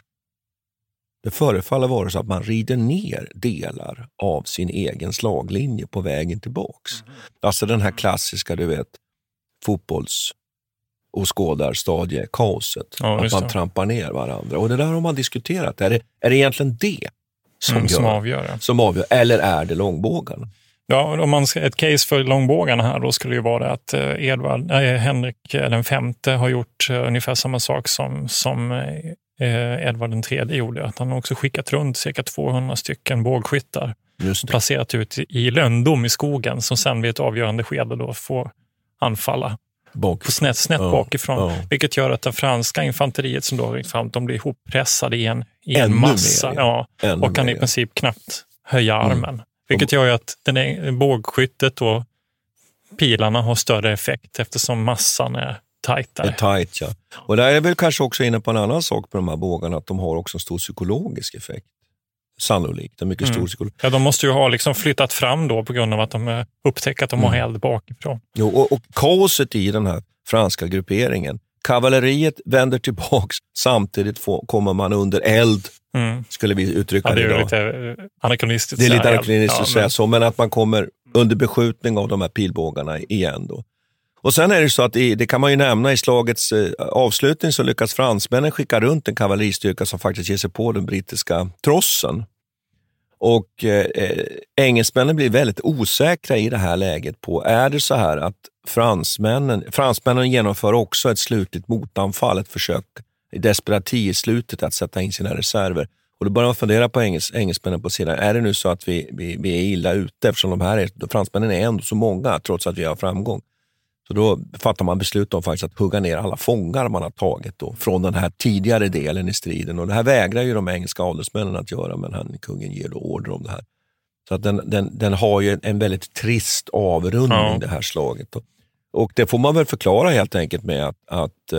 Det förefaller vara så att man rider ner delar av sin egen slaglinje på vägen tillbaks. Alltså den här klassiska, du vet, fotbolls- och skådarstadie kaoset. Att man trampar ner varandra. Och det där har man diskuterat. Är det egentligen det som avgör? Eller är det långbågarna? Ja, om man ska ett case för långbågarna här då skulle det ju vara att Henrik den femte har gjort ungefär samma sak som Edvard den tredje gjorde. Att han också skickat runt cirka 200 stycken bågskyttar och placerat ut i lönndom i skogen som sen vid ett avgörande skede då får anfalla. Snett bakifrån. Vilket gör att det franska infanteriet som då fram, de blir ihoppressade i en massa. Och kan i princip knappt höja armen. Vilket gör att bågskyttet och pilarna har större effekt eftersom massan är tajtare. Tajt, ja. Och där är väl kanske också inne på en annan sak på de här bågarna, att de har också en stor psykologisk effekt. sannolikt. En mycket stor skola. Ja, de måste ju ha liksom flyttat fram då på grund av att de upptäcker att de har eld bakifrån. Jo, och kaoset i den här franska grupperingen. Kavalleriet vänder tillbaks, samtidigt kommer man under eld, skulle vi uttrycka det idag. Det är lite anakronistiskt. Det är lite anakronistiskt att säga så, men att man kommer under beskjutning av de här pilbågarna igen då. Och sen är det så att det kan man ju nämna i slagets avslutning så lyckas fransmännen skicka runt en kavalleristyrka som faktiskt ger sig på den brittiska trossen. Och engelsmännen blir väldigt osäkra i det här läget på, är det så här att fransmännen genomför också ett slutligt motanfall, ett försök i desperati i slutet att sätta in sina reserver. Och då börjar man fundera på engelsmännen på sidan, är det nu så att vi är illa ute eftersom fransmännen är ändå så många trots att vi har framgång. Så då fattar man beslut om faktiskt att hugga ner alla fångar man har tagit då, från den här tidigare delen i striden. Och det här vägrar ju de engelska adelsmännen att göra, men kungen ger då order om det här. Så att den har ju en väldigt trist avrundning, det här slaget då. Och det får man väl förklara helt enkelt med att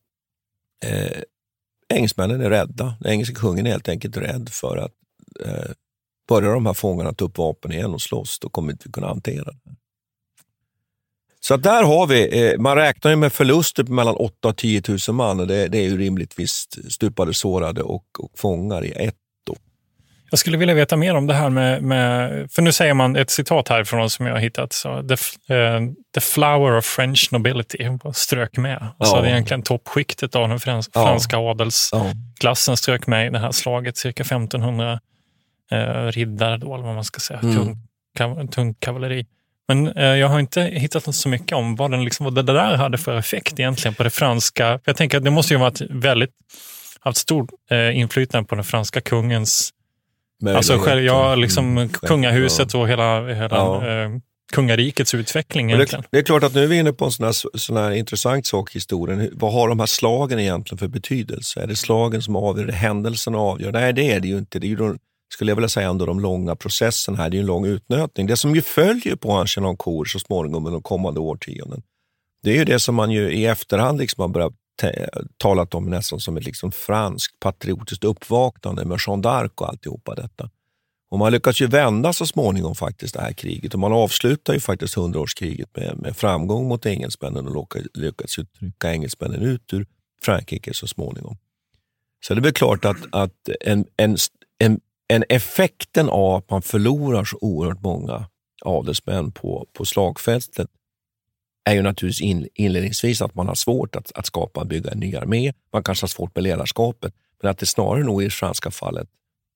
engelsmännen är rädda. Den engelska kungen är helt enkelt rädd för att börjar de här fångarna ta upp vapen igen och slåss, då kommer vi inte kunna hantera det. Så att där har vi, man räknar ju med förluster på mellan 8 och 10 000 man och det är ju rimligtvis stupade, sårade och fångar i ett då. Jag skulle vilja veta mer om det här med för nu säger man ett citat härifrån som jag har hittat. Så, the flower of French nobility strök med. Så det är egentligen toppskiktet av den franska adelsklassen strök med i det här slaget. Cirka 1500 riddare då, eller vad man ska säga. Tung kavalleri. Men jag har inte hittat så mycket om vad det där hade för effekt egentligen på det franska. Jag tänker att det måste ju ha haft stor inflytande på den franska kungens, alltså kungahuset och hela kungarikets utveckling egentligen. Det är klart att nu är vi inne på en sån här intressant sak i historien. Vad har de här slagen egentligen för betydelse? Är det slagen som avgör, händelserna avgör? Nej, det är det ju inte. Det är ju skulle jag vilja säga ändå de långa processen här, det är ju en lång utnötning. Det som ju följer på Agincourt så småningom under de kommande årtionden, det är ju det som man ju i efterhand liksom har börjat talat om nästan som ett liksom franskt patriotiskt uppvaknande med Jeanne d'Arc och alltihopa detta. Och man lyckas ju vända så småningom faktiskt det här kriget och man avslutar ju faktiskt 100-årskriget med framgång mot engelsmännen och lyckas uttrycka engelsmännen ut ur Frankrike så småningom. Så det är väl klart att en effekten av att man förlorar så oerhört många adelsmän på slagfältet är ju naturligtvis inledningsvis att man har svårt att skapa och bygga en ny armé. Man kanske har svårt med ledarskapet, men att det snarare nog i det franska fallet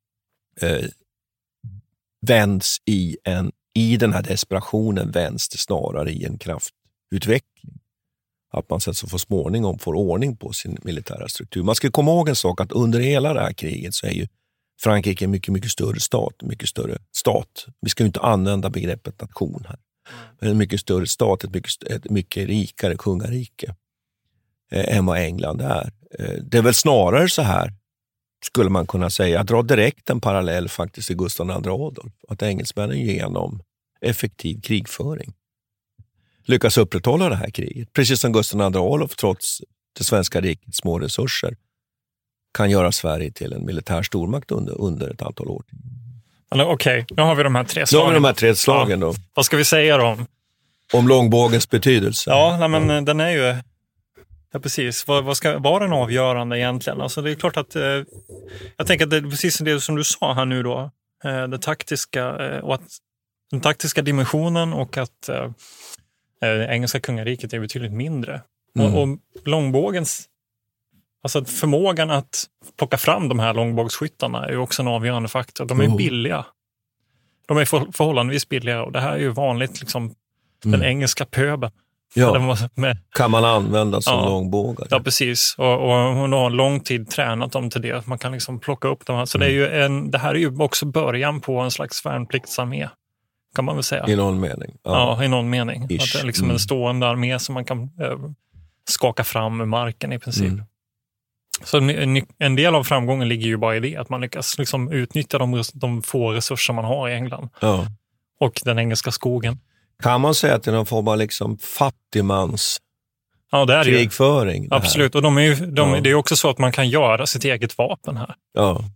vänds i den här desperationen vänds det snarare i en kraftutveckling. Att man sen så småningom får ordning på sin militära struktur. Man ska komma ihåg en sak, att under hela det här kriget så är ju Frankrike är en mycket, mycket större stat. Vi ska ju inte använda begreppet nation här. Men en mycket större stat, ett mycket rikare kungarike än vad England är. Det är väl snarare så här, skulle man kunna säga, jag drar direkt en parallell faktiskt till Gustav II Adolf. Att engelsmännen genom effektiv krigföring lyckas upprätthålla det här kriget. Precis som Gustav II Adolf, trots det svenska rikets små resurser, kan göra Sverige till en militär stormakt under ett antal år. Okej, nu har vi de här tre slagen. Då. Vad ska vi säga då? Om långbågens betydelse. Ja, men den är ju... Ja, precis. Vad ska vara den avgörande egentligen? Alltså det är klart att... jag tänker att det är precis det som du sa här nu då. Det taktiska och att den taktiska dimensionen och att engelska kungariket är betydligt mindre. Och långbågens... Alltså förmågan att plocka fram de här långbågsskyttarna är ju också en avgörande faktor. De är billiga. De är förhållandevis billiga och det här är ju vanligt liksom den engelska pöben. Ja, kan man använda som långbågar. Ja, precis. Och hon har lång tid tränat dem till det. Man kan liksom plocka upp dem. Så det är ju det här är ju också början på en slags värnpliktsarmé, kan man väl säga. I någon mening. Ja, i någon mening. Att det är liksom en stående armé som man kan skaka fram ur marken i princip. Så en del av framgången ligger ju bara i det, att man lyckas liksom utnyttja de få resurser man har i England. Ja. Och den engelska skogen. Kan man säga att det är någon form av liksom fattigmans det är krigföring? Absolut, och det är också så att man kan göra sitt eget vapen här. Ja.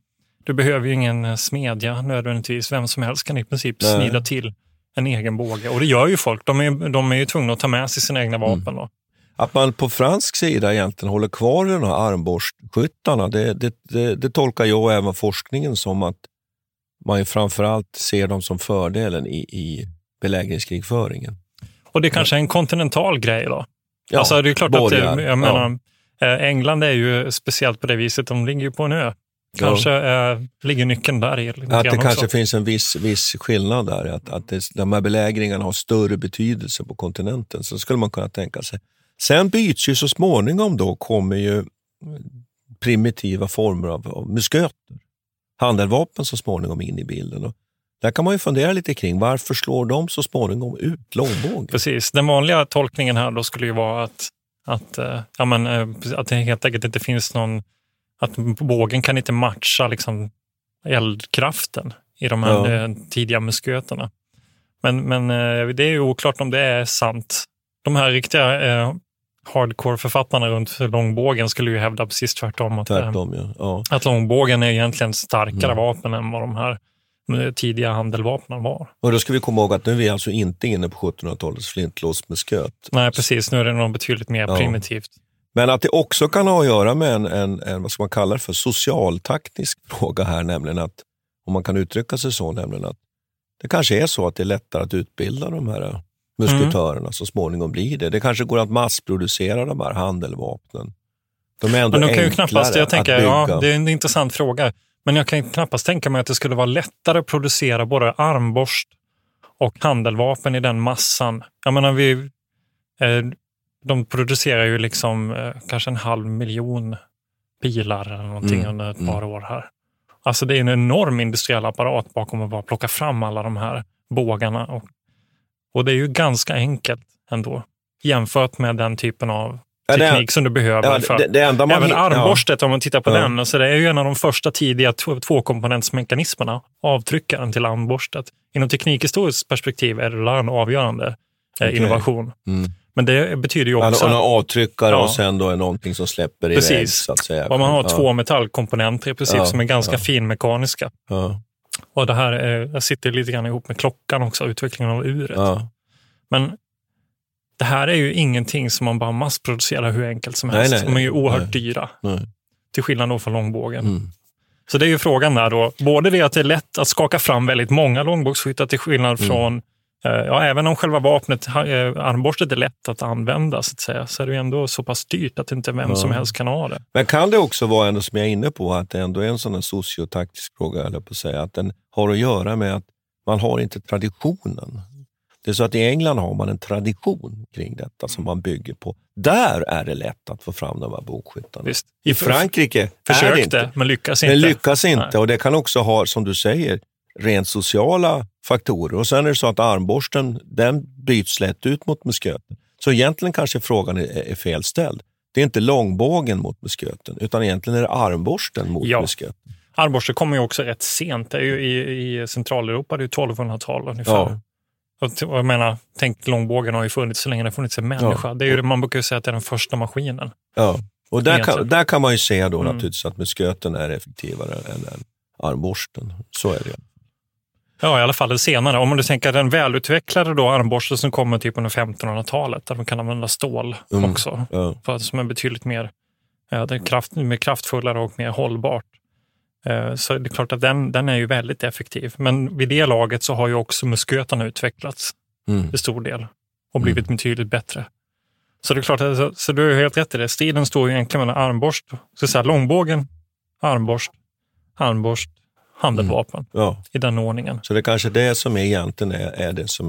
Du behöver ju ingen smedja nödvändigtvis. Vem som helst kan i princip snida till en egen båge. Och det gör ju folk. De är ju tvungna att ta med sig sina egna vapen då. Att man på fransk sida egentligen håller kvar de här armborstskyttarna, det tolkar jag och även forskningen som att man ju framförallt ser dem som fördelen i belägringskrigföringen. Och det är kanske en kontinental grej då? Ja, alltså det är klart borgar, att jag menar, England är ju speciellt på det viset, de ligger ju på en ö. Kanske ligger nyckeln där i. Att det kanske finns en viss skillnad där, att de här belägringarna har större betydelse på kontinenten, så skulle man kunna tänka sig. Sen byts ju så småningom då, kommer ju primitiva former av musköter. Handeldvapen så småningom in i bilden. Och där kan man ju fundera lite kring, varför slår de så småningom ut långbågen? Precis, den vanliga tolkningen här då skulle ju vara att det helt enkelt inte finns någon, att bågen kan inte matcha liksom eldkraften i de här tidiga musköterna. Men det är ju oklart om det är sant. De här riktiga hardcore-författarna runt långbågen skulle ju hävda precis tvärtom. Att långbågen är egentligen starkare vapen än vad de här tidiga handeldvapnen var. Och då ska vi komma ihåg att nu är vi alltså inte inne på 1700-talets flintlåsmusköt. Nej, precis. Nu är det nog betydligt mer primitivt. Men att det också kan ha att göra med en vad ska man kalla det för, socialtaktisk fråga här, nämligen att, om man kan uttrycka sig så, nämligen att det kanske är så att det är lättare att utbilda de här musketörerna så småningom blir det. Det kanske går att massproducera de här handeldvapnen. De är ändå enklare att bygga. Ja, det är en intressant fråga. Men jag kan knappast tänka mig att det skulle vara lättare att producera både armborst och handeldvapen i den massan. Jag menar, de producerar ju liksom kanske 500 000 bilar eller någonting under ett par år här. Alltså det är en enorm industriell apparat bakom att bara plocka fram alla de här bågarna. Och det är ju ganska enkelt ändå jämfört med den typen av teknik som du behöver för även armborstet, om man tittar på den. Alltså det är ju en av de första tidiga tvåkomponentsmekanismerna, avtryckaren till armborstet. Inom teknikhistoriskt perspektiv är det en avgörande innovation. Men det betyder ju också... En avtryckare och sen då är någonting som släpper iväg, så att säga. Och man har 2 metallkomponenter i princip som är ganska finmekaniska. Och det här sitter lite grann ihop med klockan också, utvecklingen av uret. Men det här är ju ingenting som man bara massproducerar hur enkelt som helst. De är ju oerhört dyra. Till skillnad då från långbågen. Så det är ju frågan där då. Både det att det är lätt att skaka fram väldigt många långbågsskyttar till skillnad från även om själva vapnet, armborstet är lätt att använda så att säga, så är det ju ändå så pass dyrt att inte vem som helst kan ha det. Men kan det också vara ändå, som jag är inne på, att det ändå är en sån sociotaktisk fråga, eller på att säga, att den har att göra med att man har inte traditionen. Det är så att i England har man en tradition kring detta som man bygger på. Där är det lätt att få fram de här bågskyttarna. Visst. I Frankrike försökte, är det inte. Men lyckas inte. Nej. Och det kan också ha, som du säger, rent sociala faktorer. Och sen är det så att armborsten, den byts lätt ut mot musköten. Så egentligen kanske frågan är felställd. Det är inte långbågen mot musköten, utan egentligen är det armborsten mot musköten. Armborsten kommer ju också rätt sent. Det är ju i Centraleuropa, det är ju 1200-tal ungefär. Ja. Och jag menar, tänk, långbågen har ju funnits så länge det har funnits en människa. Ja. Det är ju, man brukar ju säga att det är den första maskinen. Ja, och där kan man ju se då naturligtvis att musköten är effektivare än armborsten. Så är det. Ja, i alla fall det senare. Om du tänker den välutvecklade då armborsten som kommer typ under 1500-talet, där man kan använda stål också. För att som är betydligt mer kraftfullare och mer hållbart. Så det är klart att den är ju väldigt effektiv. Men vid det laget så har ju också muskötarna utvecklats i stor del och blivit betydligt bättre. Så det är klart att så du är helt rätt i det. Striden står ju egentligen mellan armborst, så säga långbågen, armborst, handeldvapen i den ordningen. Så det är kanske det som egentligen är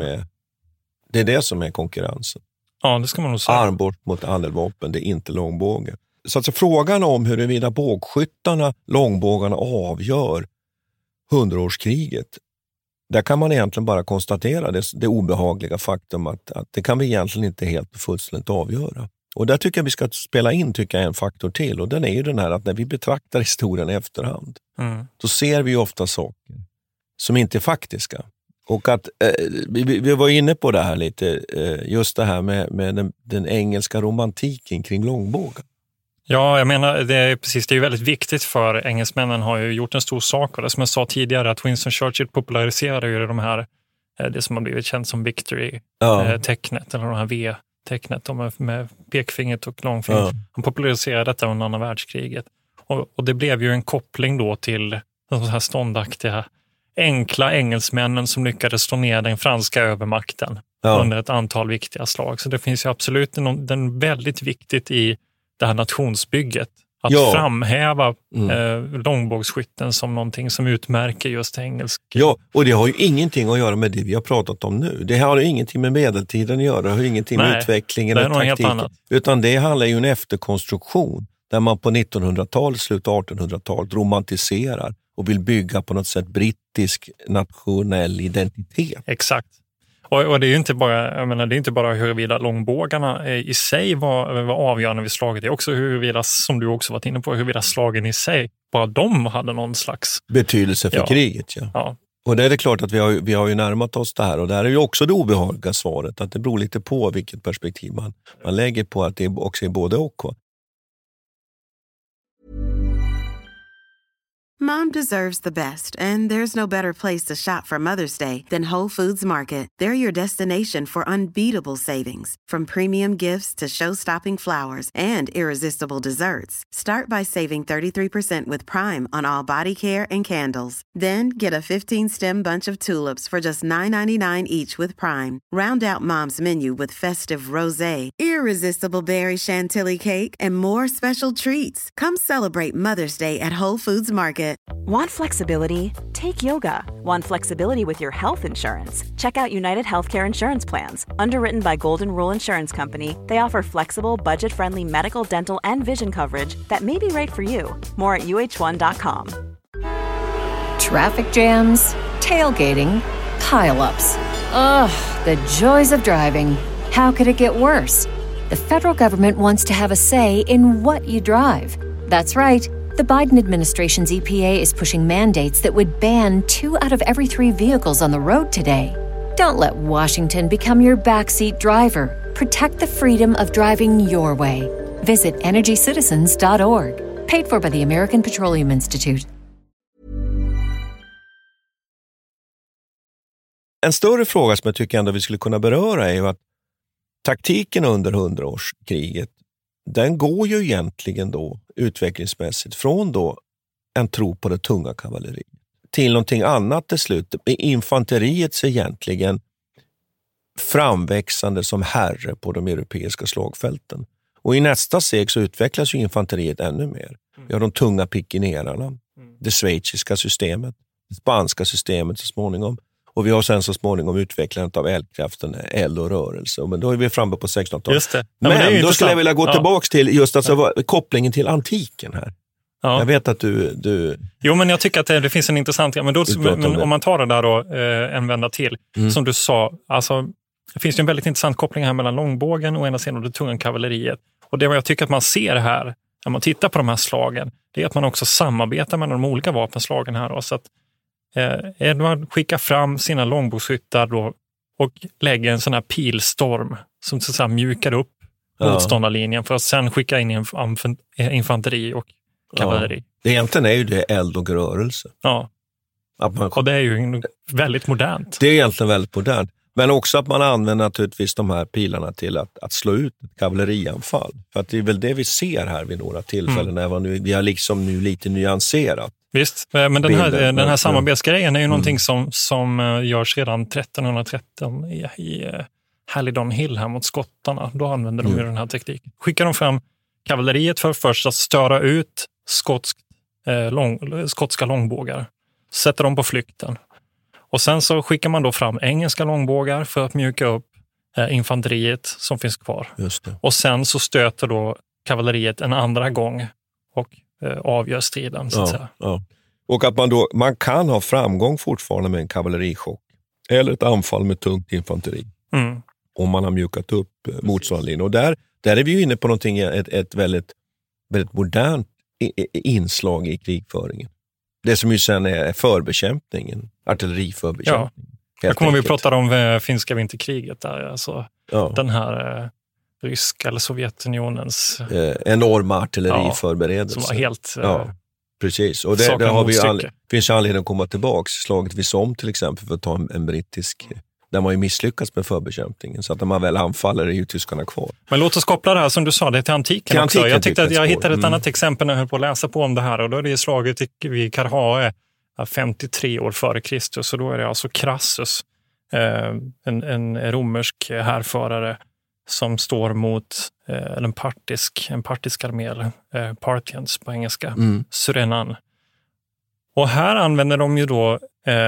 det som är konkurrensen. Ja, det ska man nog säga. Armborst mot handeldvapen, det är inte långbåge. Så alltså frågan om huruvida bågskyttarna, långbågarna avgör 100-årskriget, där kan man egentligen bara konstatera det obehagliga faktum att det kan vi egentligen inte helt och fullständigt avgöra. Och där tycker jag vi ska spela in en faktor till, och den är ju den här att när vi betraktar historien i efterhand så ser vi ju ofta saker som inte är faktiska. Och att vi var inne på det här lite, just det här med den engelska romantiken kring långbågen. Ja, jag menar, det är ju väldigt viktigt för engelsmännen har ju gjort en stor sak av det. Som jag sa tidigare, att Winston Churchill populariserade ju de här, det som har blivit känt som victory-tecknet, eller de här V-tecknet med pekfingret och långfingret. Han populariserade detta under andra världskriget. Och det blev ju en koppling då till de här ståndaktiga, enkla engelsmännen som lyckades slå ner den franska övermakten under ett antal viktiga slag. Så det finns ju absolut den väldigt viktigt i det här nationsbygget. Att framhäva långbågsskytten som någonting som utmärker just engelsk. Ja, och det har ju ingenting att göra med det vi har pratat om nu. Det har ju ingenting med medeltiden att göra, det har ingenting med utvecklingen eller taktiken. Utan det handlar ju om en efterkonstruktion där man på 1900-talet, slutet av 1800-talet romantiserar och vill bygga på något sätt brittisk nationell identitet. Exakt. Och det är ju inte bara, jag menar, det är inte bara huruvida långbågarna i sig var avgörande vid slaget. Det är också huruvida, som du också varit inne på, huruvida slagen i sig, bara de hade någon slags betydelse för kriget. Ja. Och det är det klart att vi har ju närmat oss det här. Och där är ju också det obehagliga svaret, att det beror lite på vilket perspektiv man lägger på, att det också är både och. Mom deserves the best, and there's no better place to shop for Mother's Day than Whole Foods Market. They're your destination for unbeatable savings, from premium gifts to show-stopping flowers and irresistible desserts. Start by saving 33% with Prime on all body care and candles. Then get a 15-stem bunch of tulips for just $9.99 each with Prime. Round out Mom's menu with festive rosé, irresistible berry chantilly cake, and more special treats. Come celebrate Mother's Day at Whole Foods Market. Want flexibility? Take yoga. Want flexibility with your health insurance? Check out United Healthcare Insurance Plans. Underwritten by Golden Rule Insurance Company, they offer flexible, budget-friendly medical, dental, and vision coverage that may be right for you. More at uh1.com. Traffic jams, tailgating, pile-ups. Ugh, the joys of driving. How could it get worse? The federal government wants to have a say in what you drive. That's right. The Biden administration's EPA is pushing mandates that would ban 2 out of every 3 vehicles on the road today. Don't let Washington become your backseat driver. Protect the freedom of driving your way. Visit EnergyCitizens.org. Paid for by the American Petroleum Institute. En större fråga som jag tycker ändå vi skulle kunna beröra är ju att taktiken under 100-årskriget, den går ju egentligen då utvecklingsmässigt från då en tro på det tunga kavalleriet till någonting annat till slut. Infanteriet är egentligen framväxande som herre på de europeiska slagfälten. Och i nästa steg så utvecklas ju infanteriet ännu mer. Vi har de tunga pikinerarna, det schweiziska systemet, det spanska systemet så småningom. Och vi har sen så småningom utvecklandet av eldkraften, eld och rörelse. Men då är vi framme på 1600-talet. Just det. Men då skulle jag vilja gå tillbaka till just alltså kopplingen till antiken här. Ja. Jag vet att du... Jo, men jag tycker att det finns en intressant... Men om man tar det där då en vända till. Som du sa, alltså, det finns ju en väldigt intressant koppling här mellan långbågen och ena sidan och det tunga kavalleriet. Och det jag tycker att man ser här, när man tittar på de här slagen, det är att man också samarbetar med de olika vapenslagen här. Då, så att Edward skickar fram sina långbågsskyttar då och lägger en sån här pilstorm som så att säga mjukar upp motståndarlinjen för att sen skicka in infanteri och kavalleri. Det egentligen är ju det eld och rörelse. Ja, och det är ju väldigt modernt. Det är egentligen väldigt modernt. Men också att man använder naturligtvis de här pilarna till att slå ut ett kavallerianfall. För att det är väl det vi ser här vid några tillfällen när vi har liksom nu lite nyanserat. Visst, men den här samarbetsgrejen är ju någonting som görs redan 1313 i Halidon Hill här mot skottarna. Då använder de ju den här tekniken. Skickar de fram kavalleriet för först att störa ut skotska långbågar. Sätter dem på flykten. Och sen så skickar man då fram engelska långbågar för att mjuka upp infanteriet som finns kvar. Just det. Och sen så stöter då kavalleriet en andra gång och avgör striden så att säga. Ja. Och att man kan ha framgång fortfarande med en kavallerichock eller ett anfall med tungt infanteri. Om man har mjukat upp motståndarlinjen. Och där är vi ju inne på någonting, ett väldigt, väldigt modernt inslag i krigföringen. Det som ju sen är förbekämpningen, artilleriförbekämpningen. Ja. Jag kommer vi prata om finska vinterkriget där. Alltså den här ryska eller Sovjetunionens enorma artilleriförberedelser. Som var helt... Precis, och det har finns anledning att komma tillbaka. Slaget vid Somme till exempel, för att ta en brittisk, där man ju misslyckats med förbekämpningen, så att när man väl anfaller är ju tyskarna kvar. Men låt oss koppla det här som du sa, det till antiken också. Jag tyckte att jag hittade ett annat exempel när jag höll på att läsa på om det här, och då är det slaget vid Karhae 53 år före Kristus, och då är det alltså Crassus, en romersk härförare som står mot en partisk armé, Parthians på engelska, Surenan. Och här använder de ju då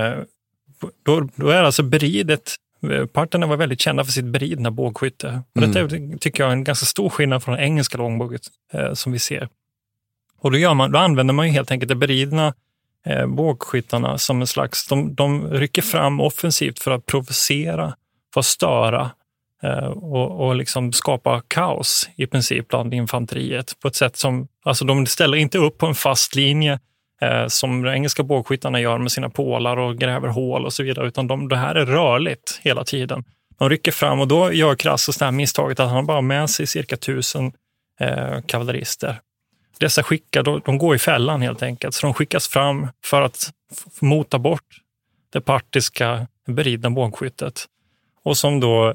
är alltså beridet, parterna var väldigt kända för sitt beridna bågskytte. Och detta tycker jag är en ganska stor skillnad från engelska långbåget som vi ser. Och då använder man ju helt enkelt det beridna bågskyttarna som en slags, de rycker fram offensivt för att provocera, för att störa och liksom skapa kaos i princip bland infanteriet på ett sätt som, alltså de ställer inte upp på en fast linje som de engelska bågskyttarna gör med sina pålar och gräver hål och så vidare, utan det här är rörligt hela tiden. De rycker fram, och då gör Crassus det här misstaget att han bara med sig cirka 1000 kavallerister. Dessa de går i fällan helt enkelt, så de skickas fram för att mota bort det partiska beridna bågskyttet. Och som då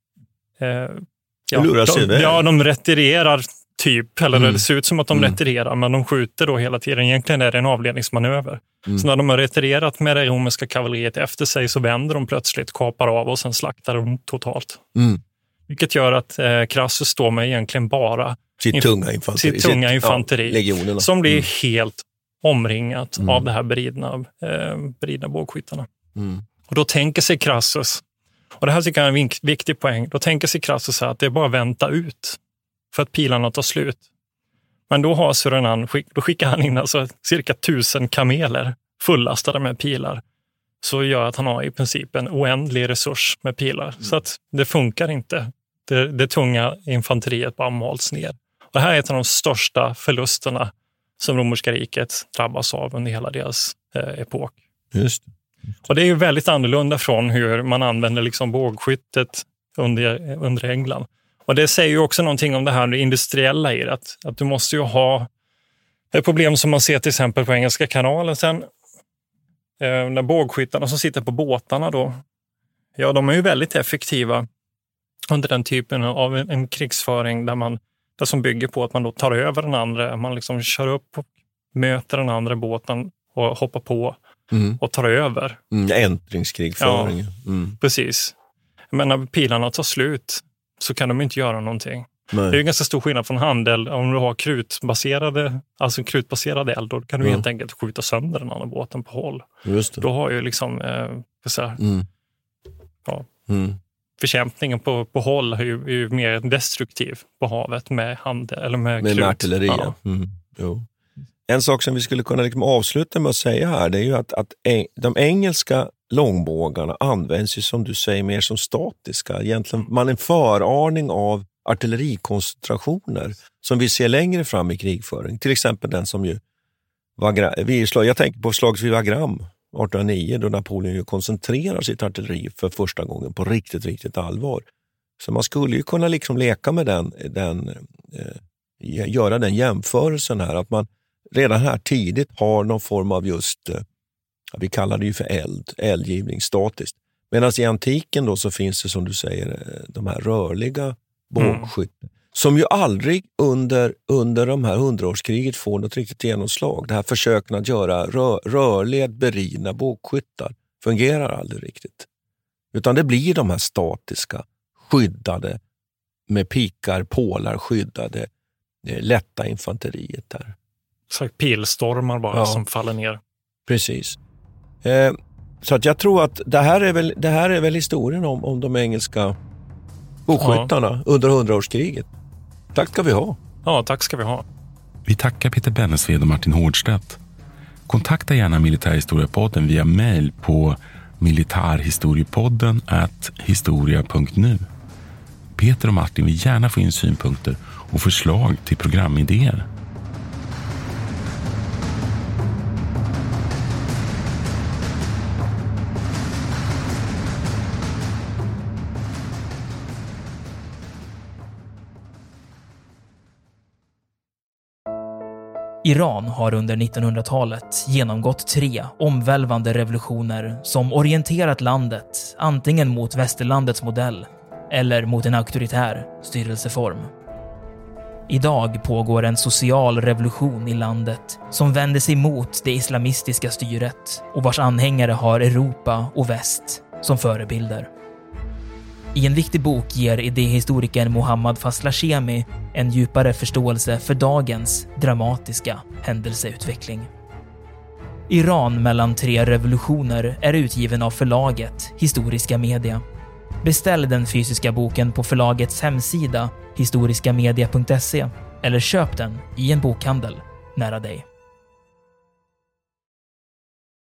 de retirerar typ, eller det ser ut som att de retirerar, men de skjuter då hela tiden. Egentligen är det en avledningsmanöver. Så när de har retirerat med det romerska kavalleriet efter sig, så vänder de plötsligt, kapar av och sen slaktar de totalt. Vilket gör att Crassus står med egentligen bara sitt tunga infanteri som blir helt omringat av det här beridna bågskyttarna. Och då tänker sig Crassus, och det här tycker jag är en viktig poäng, då tänker sig Crassus att det är bara att vänta ut för att pilarna tar slut. Men då har Surenan, då skickar han in alltså cirka 1000 kameler fullastade med pilar. Så gör att han har i princip en oändlig resurs med pilar. Så att det funkar inte. Det tunga infanteriet bara mals ner. Och det här är ett av de största förlusterna som romerska riket drabbas av under hela deras epok. Just. Och det är ju väldigt annorlunda från hur man använder liksom bågskyttet under England. Och det säger ju också någonting om det här industriella i det, att du måste ju ha ett problem som man ser till exempel på Engelska kanalen sen, när bågskyttarna som sitter på båtarna då, ja, de är ju väldigt effektiva under den typen av en krigsföring där som bygger på att man då tar över den andra, man liksom kör upp och möter den andra båten och hoppar på och tar över. Äntringskrigföring. Ja, precis. Men när pilarna tar slut så kan de inte göra någonting. Nej. Det är ju ganska stor skillnad från handel. Om du har krutbaserade eld, då kan du helt enkelt skjuta sönder den andra båten på håll. Just det. Då har ju liksom förkämpningen på håll är ju mer destruktiv på havet med handel eller med krut. Artilleri. Ja. En sak som vi skulle kunna liksom avsluta med att säga här, det är ju att de engelska långbågarna används ju, som du säger, mer som statiska. Egentligen man en föraning av artillerikoncentrationer som vi ser längre fram i krigföring. Till exempel den som ju jag tänker på slaget vid Wagram 1809, då Napoleon ju koncentrerar sitt artilleri för första gången på riktigt, riktigt allvar. Så man skulle ju kunna liksom leka med göra den jämförelsen här, att man redan här tidigt har någon form av just, vi kallar det ju för eldgivning, statiskt. Medan i antiken då så finns det, som du säger, de här rörliga bågskytten som ju aldrig under de här 100-årskriget får något riktigt genomslag. Det här försöken att göra rörliga, beridna bågskyttar fungerar aldrig riktigt. Utan det blir de här statiska, skyddade, med pikar, pålar skyddade, lätta infanteriet där. Så pilstormar bara som faller ner. Precis. Så att jag tror att det här är väl historien om de engelska bågskyttarna under 100-årskriget. Tack ska vi ha. Ja, tack ska vi ha. Vi tackar Peter Bennesved och Martin Hårdstedt. Kontakta gärna Militärhistoriepodden via mejl på militarhistoriepodden@historia.nu. Peter och Martin vill gärna få in synpunkter och förslag till programidéer. Iran har under 1900-talet genomgått 3 omvälvande revolutioner som orienterat landet antingen mot västerlandets modell eller mot en auktoritär styrelseform. Idag pågår en social revolution i landet som vänder sig mot det islamistiska styret och vars anhängare har Europa och väst som förebilder. I en viktig bok ger idéhistorikern Mohammad Faslashemi en djupare förståelse för dagens dramatiska händelseutveckling. Iran mellan 3 revolutioner är utgiven av förlaget Historiska Media. Beställ den fysiska boken på förlagets hemsida historiskamedia.se eller köp den i en bokhandel nära dig.